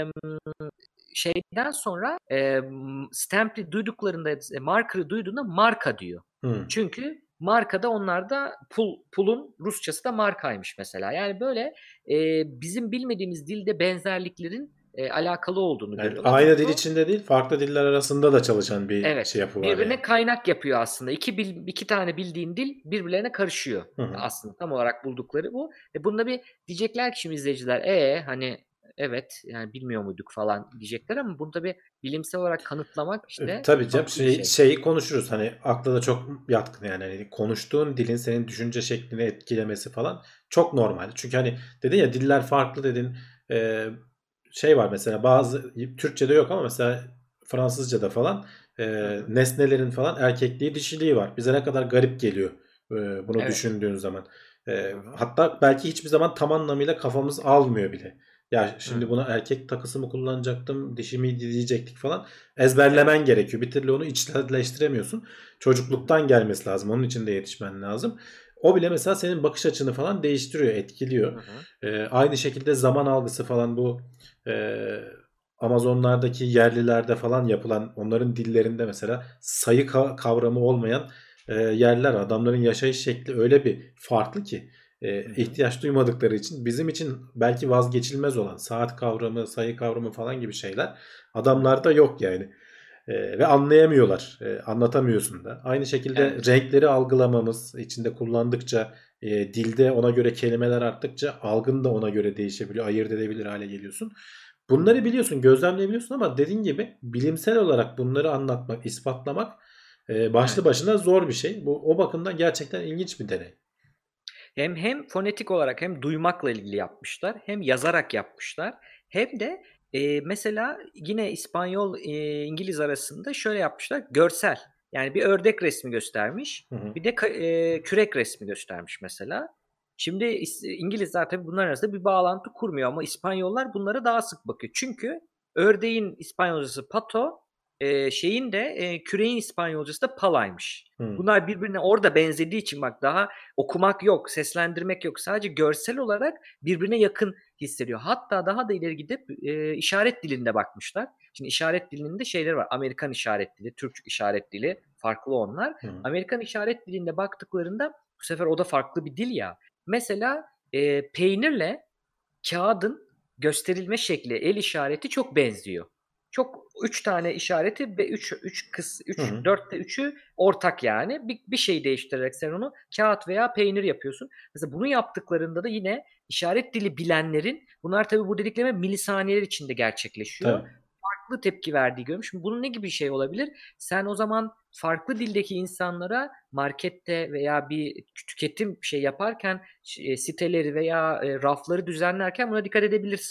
şeyden sonra e, stamp'i duyduklarında, e, marker'ı duyduğunda marka diyor. Hı. Çünkü markada onlarda pul, pulun Rusçası da markaymış mesela. Yani böyle e, bizim bilmediğimiz dilde benzerliklerin e, alakalı olduğunu Yani görüyorlar. aynı Ve dil bu, içinde değil, farklı diller arasında da çalışan bir şey evet, yapı var birbirine yani. kaynak yapıyor aslında. İki, bil, iki tane bildiğin dil birbirlerine karışıyor. Hı hı. Aslında tam olarak buldukları bu. E bunda bir diyecekler ki şimdi izleyiciler, e hani evet yani bilmiyor muyduk falan diyecekler, ama bunu tabii bilimsel olarak kanıtlamak E, işte Tabii canım, farklı bir şey, şey. şeyi konuşuruz, hani akla da çok yatkın yani. Hani konuştuğun dilin senin düşünce şeklini etkilemesi falan çok normal. Çünkü hani dedin ya, diller farklı dedin. Ee, şey var mesela, bazı Türkçe'de yok ama mesela Fransızca'da falan e, Hı hı. nesnelerin falan erkekliği dişiliği var. Bize ne kadar garip geliyor e, bunu Evet. düşündüğün zaman. E, Hı hı. hatta belki hiçbir zaman tam anlamıyla kafamız almıyor bile. Ya Hı şimdi hı. buna erkek takısı mı kullanacaktım, dişi miydi diyecektik falan. Evet. Ezberlemen gerekiyor. Bir türlü onu içselleştiremiyorsun. Çocukluktan gelmesi lazım. Onun için de yetişmen lazım. O bile mesela senin bakış açını falan değiştiriyor, Hı etkiliyor. hı. Ee, aynı şekilde zaman algısı falan, bu e, Amazonlardaki yerlilerde falan yapılan, onların dillerinde mesela sayı ka- kavramı olmayan e, yerler. Adamların yaşayış şekli öyle bir farklı ki e, Hı hı. ihtiyaç duymadıkları için bizim için belki vazgeçilmez olan saat kavramı, sayı kavramı falan gibi şeyler Hı hı. adamlarda yok yani. E, ve anlayamıyorlar. E, anlatamıyorsun da. Aynı şekilde Evet. renkleri algılamamız, içinde kullandıkça, e, dilde ona göre kelimeler arttıkça algın da ona göre değişebiliyor. Ayırt edebilir hale geliyorsun. Hı Bunları hı. biliyorsun, gözlemleyebiliyorsun ama dediğin gibi bilimsel olarak bunları anlatmak, ispatlamak e, başlı Evet. başına zor bir şey. Bu o bakımdan gerçekten ilginç bir deney. Hem hem fonetik olarak hem duymakla ilgili yapmışlar, hem yazarak yapmışlar, hem de e, mesela yine İspanyol e, İngiliz arasında şöyle yapmışlar, görsel. Yani bir ördek resmi göstermiş, Hı hı. bir de ka- e, kürek resmi göstermiş mesela. Şimdi İs- İngilizler tabii bunlar arasında bir bağlantı kurmuyor, ama İspanyollar bunlara daha sık bakıyor. Çünkü ördeğin İspanyolcası pato, e, şeyin de e, küreğin İspanyolcası da palaymış. Hı. Bunlar birbirine orada benzediği için, bak, daha okumak yok, seslendirmek yok. Sadece görsel olarak birbirine yakın hissediyor. Hatta daha da ileri gidip e, işaret dilinde bakmışlar. Şimdi işaret dilinde şeyler var. Amerikan işaret dili, Türk işaret dili, farklı onlar. Hı. Amerikan işaret dilinde baktıklarında, bu sefer o da farklı bir dil ya. Mesela e, peynirle kağıdın gösterilme şekli, el işareti çok benziyor. Çok, üç tane işareti ve üç üç kıs Hı üç hı. dörtte üçü ortak yani. Bir, bir şey değiştirerek sen onu kağıt veya peynir yapıyorsun. Mesela bunu yaptıklarında da yine işaret dili bilenlerin, bunlar tabii bu dediklerime milisaniyeler içinde gerçekleşiyor, Tabii. farklı tepki verdiği görmüş. Şimdi bunun ne gibi bir şey olabilir? Sen o zaman farklı dildeki insanlara markette veya bir tüketim şey yaparken, e, siteleri veya e, rafları düzenlerken buna dikkat edebilirsin.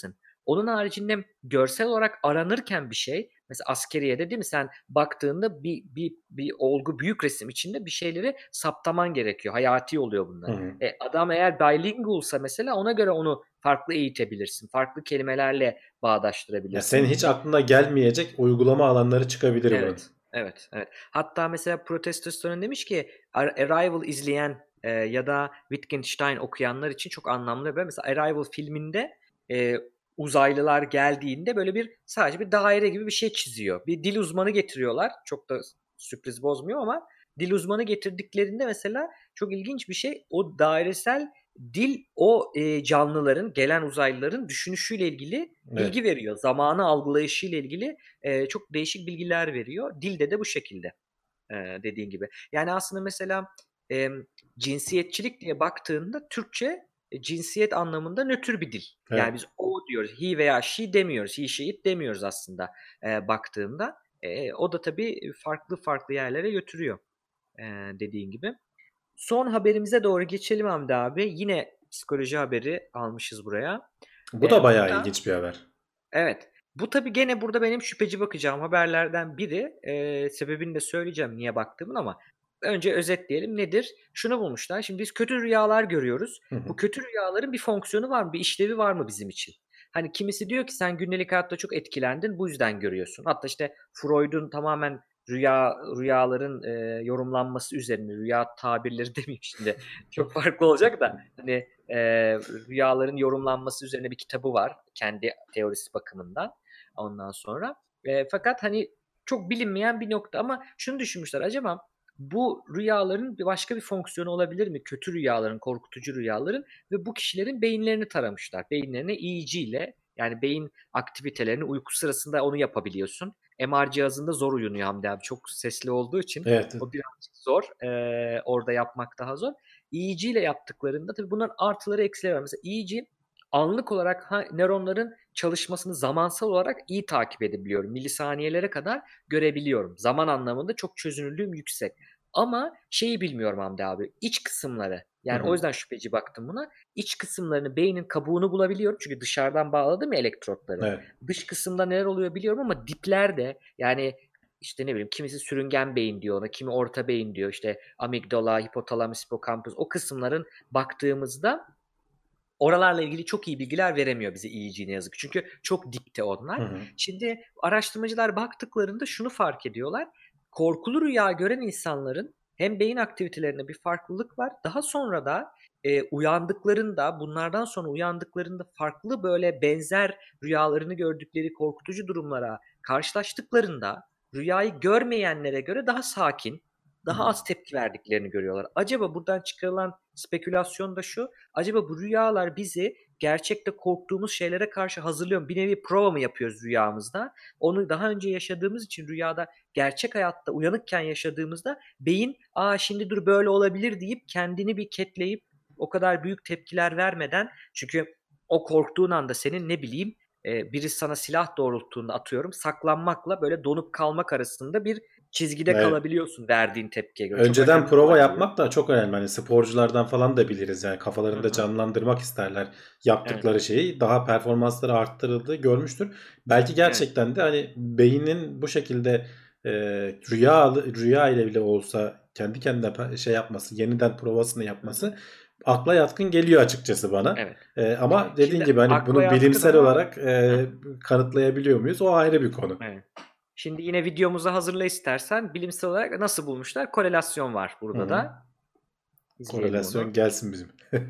Onun haricinde görsel olarak aranırken bir şey, mesela askeriyede değil mi, sen baktığında bir, bir, bir olgu büyük resim içinde bir şeyleri saptaman gerekiyor. Hayati oluyor bunlar. Hı hı. E, adam eğer bilingualsa mesela ona göre onu farklı eğitebilirsin. Farklı kelimelerle Ya bağdaştırabilirsin. senin hiç aklına gelmeyecek uygulama alanları çıkabilir bunun. Evet, evet, evet. Hatta mesela Protestostoran demiş ki Ar- Arrival izleyen e, ya da Wittgenstein okuyanlar için çok anlamlı. Ve mesela Arrival filminde e, uzaylılar geldiğinde böyle bir sadece bir daire gibi bir şey çiziyor. Bir dil uzmanı getiriyorlar. Çok da sürpriz bozmuyor ama dil uzmanı getirdiklerinde mesela çok ilginç bir şey. O dairesel dil o e, canlıların, gelen uzaylıların düşünüşüyle ilgili Evet. bilgi veriyor. Zamanı algılayışıyla ilgili e, çok değişik bilgiler veriyor. Dilde de bu şekilde e, dediğin gibi. Yani aslında mesela e, cinsiyetçilik diye baktığında Türkçe e, cinsiyet anlamında nötr bir dil. Yani Evet. biz o diyoruz, he veya she demiyoruz, he, she, it demiyoruz aslında e, baktığında. E, o da tabii farklı farklı yerlere götürüyor e, dediğin gibi. Son haberimize doğru geçelim Hamdi abi. Yine psikoloji haberi almışız buraya. Bu E, da bu bayağı da ilginç bir haber. Evet. Bu tabii gene burada benim şüpheci bakacağım haberlerden biri. Ee, sebebini de söyleyeceğim niye baktığımın ama önce özetleyelim. Nedir? Şunu bulmuşlar. Şimdi biz kötü rüyalar görüyoruz. Hı hı. Bu kötü rüyaların bir fonksiyonu var mı? Bir işlevi var mı bizim için? Hani kimisi diyor ki sen gündelik hayatta çok etkilendin, bu yüzden görüyorsun. Hatta işte Freud'un tamamen rüya rüyaların e, yorumlanması üzerine, rüya tabirleri demeyeyim şimdi. Çok farklı olacak da hani e, rüyaların yorumlanması üzerine bir kitabı var kendi teorisi bakımından ondan sonra. E, fakat hani çok bilinmeyen bir nokta ama şunu düşünmüşler, acaba bu rüyaların bir başka bir fonksiyonu olabilir mi? Kötü rüyaların, korkutucu rüyaların ve bu kişilerin beyinlerini taramışlar. Beyinlerine E E G ile, yani beyin aktivitelerini uyku sırasında onu yapabiliyorsun. M R cihazında zor uyunuyor Hamdi abi. Çok sesli olduğu için Evet. o birazcık zor. Ee, orada yapmak daha zor. E E G ile yaptıklarında tabii bunların artıları eksileri var. Mesela E E G anlık olarak ha, nöronların çalışmasını zamansal olarak iyi takip edebiliyorum. Milisaniyelere kadar görebiliyorum. Zaman anlamında çok çözünürlüğüm yüksek. Ama şeyi bilmiyorum Hamdi abi. İç kısımları. Yani Hı o hı. yüzden şüpheci baktım buna. İç kısımlarını, beynin kabuğunu bulabiliyorum. Çünkü dışarıdan bağladım ya elektrotları. Evet. Dış kısımda neler oluyor biliyorum ama diplerde, yani işte ne bileyim, kimisi sürüngen beyin diyor ona, kimi orta beyin diyor. İşte amigdala, hipotalamus, hipokampus, o kısımların baktığımızda oralarla ilgili çok iyi bilgiler veremiyor bize E E G ne yazık ki. Çünkü çok dipte onlar. Hı hı. Şimdi araştırmacılar baktıklarında şunu fark ediyorlar. Korkulu rüya gören insanların hem beyin aktivitelerinde bir farklılık var. Daha sonra da e, uyandıklarında, bunlardan sonra uyandıklarında farklı böyle benzer rüyalarını gördükleri korkutucu durumlara karşılaştıklarında rüyayı görmeyenlere göre daha sakin, Hı daha hı. az tepki verdiklerini görüyorlar. Acaba buradan çıkarılan spekülasyon da şu: acaba bu rüyalar bizi gerçekte korktuğumuz şeylere karşı hazırlıyor mu? Bir nevi prova mı yapıyoruz rüyamızda? Onu daha önce yaşadığımız için rüyada, gerçek hayatta uyanıkken yaşadığımızda beyin aa şimdi dur böyle olabilir deyip kendini bir ketleyip o kadar büyük tepkiler vermeden, çünkü o korktuğun anda senin ne bileyim e, biri sana silah doğrulttuğunda, atıyorum, saklanmakla böyle donup kalmak arasında bir çizgide Evet. kalabiliyorsun verdiğin tepkiye göre. Çok Önceden önemli prova olabiliyor. yapmak da çok önemli. Hani sporculardan falan da biliriz. Yani Hı kafalarında hı. canlandırmak isterler Evet. yaptıkları şeyi. Daha performansları arttırıldığı görmüştür. Belki Evet. gerçekten de hani beynin bu şekilde e, rüya rüya ile bile olsa kendi kendine pe- şey yapması, yeniden provasını Hı hı. yapması akla yatkın geliyor açıkçası bana. Evet. E, ama dediğin Şimdi gibi hani akla bunu yatkın bilimsel ama olarak Heh, e, kanıtlayabiliyor muyuz? O ayrı bir konu. evet. Şimdi yine videomuzu hazırla istersen. Bilimsel olarak nasıl bulmuşlar? Korelasyon var Hı burada hı. da. İzleyelim Korelasyon onu. gelsin bizim.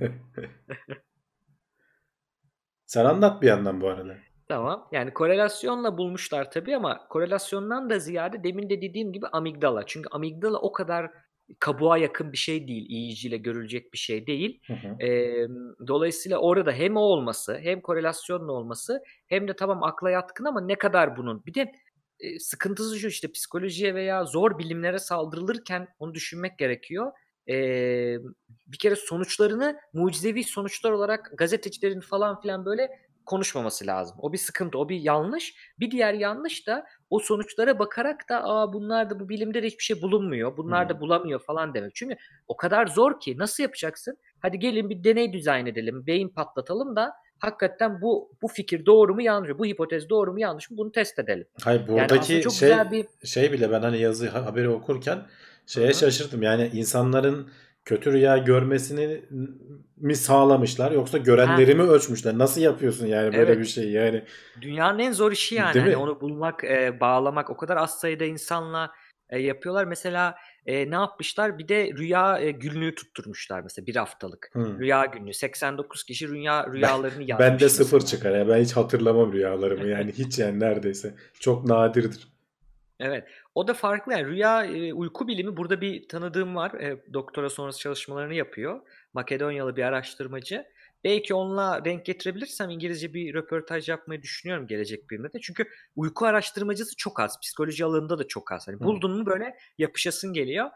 Sen anlat bir yandan bu arada. Tamam. Yani korelasyonla bulmuşlar tabii ama korelasyondan da ziyade demin de dediğim gibi amigdala. Çünkü amigdala o kadar kabuğa yakın bir şey değil. E E G ile görülecek bir şey değil. Hı hı. Ee, dolayısıyla orada hem o olması, hem korelasyonla olması, hem de tamam akla yatkın ama ne kadar bunun. Bir de e, sıkıntısı şu: işte psikolojiye veya zor bilimlere saldırılırken onu düşünmek gerekiyor. Ee, bir kere sonuçlarını mucizevi sonuçlar olarak gazetecilerin falan filan böyle konuşmaması lazım. O bir sıkıntı, o bir yanlış. Bir diğer yanlış da o sonuçlara bakarak da aa bunlar da, bu bilimde de hiçbir şey bulunmuyor, Hı bunlar hı. da bulamıyor falan demek. Çünkü o kadar zor ki, nasıl yapacaksın? Hadi gelin bir deney dizayn edelim, beyin patlatalım da hakikaten bu bu fikir doğru mu yanlış mı? Bu hipotez doğru mu yanlış mı? Bunu test edelim. Hayır, Yani aslında buradaki çok şey güzel bir şey bile ben hani yazı ha- haberi okurken şeye Hı hı. şaşırdım. Yani insanların kötü rüya görmesini mi sağlamışlar yoksa görenleri Ha, mi ölçmüşler? Nasıl yapıyorsun yani böyle bir evet. şey? Yani Dünyanın en zor işi yani. değil Hani mi? onu bulmak, e, bağlamak o kadar az sayıda insanla e, yapıyorlar. Mesela e, ne yapmışlar? Bir de rüya e, günlüğü tutturmuşlar mesela bir haftalık. Hı. Rüya günlüğü. seksen dokuz kişi rüya Ben, rüyalarını ben de yazmış sıfır mesela. çıkar ya. Ben hiç hatırlamam rüyalarımı. Yani hiç, yani neredeyse. Çok nadirdir. Evet. O da farklı yani rüya e, uyku bilimi burada bir tanıdığım var. E, doktora sonrası çalışmalarını yapıyor. Makedonyalı bir araştırmacı. Belki onunla denk getirebilirsem İngilizce bir röportaj yapmayı düşünüyorum gelecek bir de. Çünkü uyku araştırmacısı çok az. Psikoloji alanında da çok az. Hani Hı. buldun mu böyle yapışasın geliyor.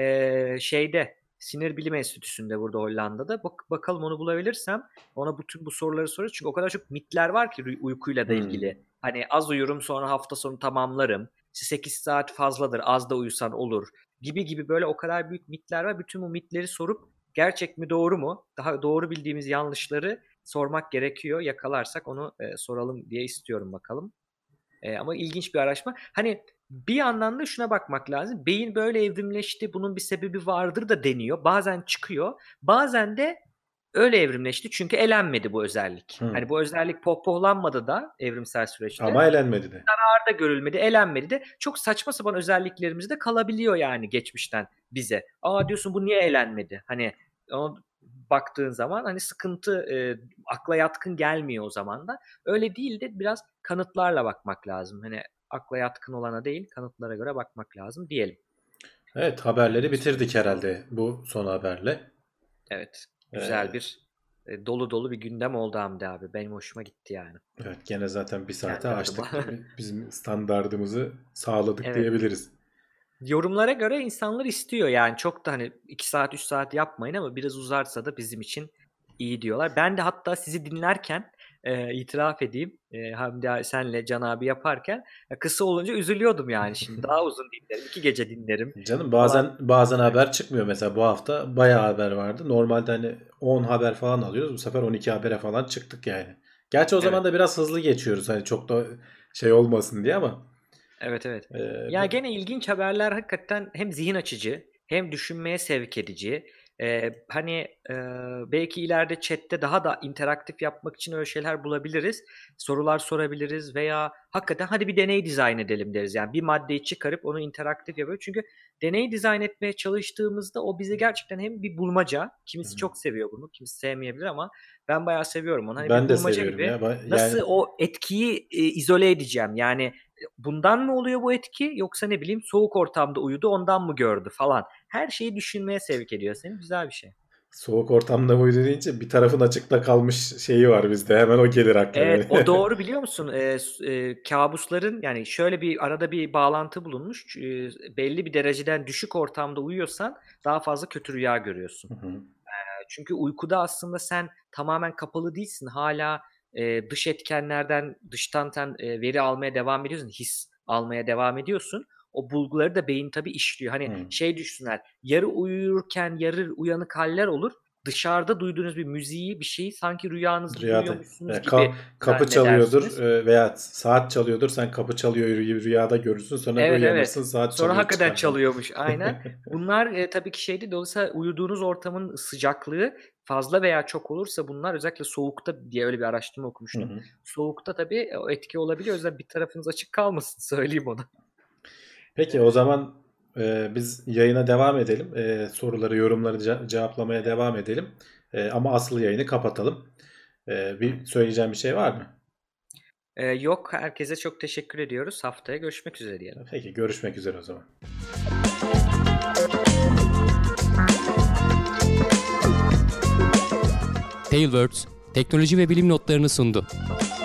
E, şeyde Sinir Bilim Enstitüsü'nde burada Hollanda'da. Bak, bakalım onu bulabilirsem ona bütün bu soruları sorarız. Çünkü o kadar çok mitler var ki uy- uykuyla da Hı. ilgili. Hani az uyurum sonra hafta sonu tamamlarım. sekiz saat fazladır, az da uyusan olur gibi gibi böyle o kadar büyük mitler var. Bütün bu mitleri sorup gerçek mi doğru mu? Daha doğru bildiğimiz yanlışları sormak gerekiyor. Yakalarsak onu e, soralım diye istiyorum bakalım. E, ama ilginç bir araştırma. Hani bir yandan da şuna bakmak lazım. Beyin böyle evrimleşti, bunun bir sebebi vardır da deniyor. Bazen çıkıyor. Bazen de öyle evrimleşti çünkü elenmedi bu özellik. Hı. Hani bu özellik pohpohlanmadı da evrimsel süreçte Ama elenmedi de. da görülmedi, elenmedi de çok saçma sapan özelliklerimiz de kalabiliyor yani geçmişten bize. Aa diyorsun bu niye elenmedi? Hani ona baktığın zaman hani sıkıntı e, akla yatkın gelmiyor o zaman da. Öyle değil de biraz kanıtlarla bakmak lazım. Hani akla yatkın olana değil, kanıtlara göre bakmak lazım diyelim. Evet, haberleri Soru bitirdik soralım. herhalde bu son haberle. Evet, güzel Ee, bir e, dolu dolu bir gündem oldu Hamdi abi. Benim hoşuma gitti yani. evet, gene zaten bir saate Kendi adıma. açtık. Bizim standardımızı sağladık Evet. diyebiliriz. Yorumlara göre insanlar istiyor yani çok da hani iki saat üç saat yapmayın ama biraz uzarsa da bizim için iyi diyorlar. Ben de hatta sizi dinlerken e, itiraf edeyim e, Hamdi senle Can abi yaparken e, kısa olunca üzülüyordum yani şimdi daha uzun dinlerim iki gece dinlerim Canım falan. bazen bazen haber çıkmıyor. Mesela bu hafta bayağı haber vardı. Normalde hani on haber falan alıyoruz. Bu sefer on iki habere falan çıktık yani. Gerçi o zaman Evet. da biraz hızlı geçiyoruz. Hani çok da şey olmasın diye ama. Evet evet. e, Ya gene ilginç haberler hakikaten hem zihin açıcı hem düşünmeye sevk edici. Ee, hani e, belki ileride chatte daha da interaktif yapmak için öyle şeyler bulabiliriz. Sorular sorabiliriz veya hakikaten hadi bir deney dizayn edelim deriz. Yani bir maddeyi çıkarıp onu interaktif yapıyoruz. Çünkü deney dizayn etmeye çalıştığımızda o bize gerçekten hem bir bulmaca, kimisi çok seviyor bunu, kimisi sevmeyebilir ama ben bayağı seviyorum onu. Hani bir ben de bulmaca seviyorum gibi ya. Ba- Yani nasıl o etkiyi e, izole edeceğim? Yani bundan mı oluyor bu etki yoksa ne bileyim soğuk ortamda uyudu ondan mı gördü falan. Her şeyi düşünmeye sevk ediyor seni. Güzel bir şey. soğuk ortamda uyudu deyince bir tarafın açıkta kalmış şeyi var bizde. Hemen o gelir akla Evet benim. o doğru biliyor musun? Ee, s- e, kabusların yani şöyle bir arada bir bağlantı bulunmuş. Ee, belli bir dereceden düşük ortamda uyuyorsan daha fazla kötü rüya görüyorsun. Hı hı. Çünkü uykuda aslında sen tamamen kapalı değilsin. Hala e, dış etkenlerden, dıştan sen e, veri almaya devam ediyorsun. His almaya devam ediyorsun. O bulguları da beyin tabii işliyor. Hani Hı. şey düşünsünler. Yarı uyurken yarı uyanık haller olur. Dışarıda duyduğunuz bir müziği, bir şeyi sanki rüyanızda Rüyada duyuyormuşsunuz veya ka- gibi kapı çalıyordur zannedersiniz. e, veya saat çalıyordur. Sen kapı çalıyor rü- rüyada görürsün. Sonra bir Evet uyanırsın, evet. saat Sonra çalıyor hakikaten çıkar falan. çalıyormuş aynen. Bunlar e, tabii ki şeydi dolayısıyla uyuduğunuz ortamın sıcaklığı fazla veya çok olursa bunlar özellikle soğukta diye öyle bir araştırma Hı okumuştum. hı. Soğukta tabii o etki olabiliyor. O yüzden bir tarafınız açık kalmasın söyleyeyim onu. Peki o zaman e, biz yayına devam edelim. E, soruları, yorumları ce- cevaplamaya devam edelim. E, ama asıl yayını kapatalım. E, bir söyleyeceğim bir şey var mı? E, yok herkese çok teşekkür ediyoruz. Haftaya görüşmek üzere diyelim. Peki, görüşmek üzere o zaman. Tailwords, teknoloji ve bilim notlarını sundu.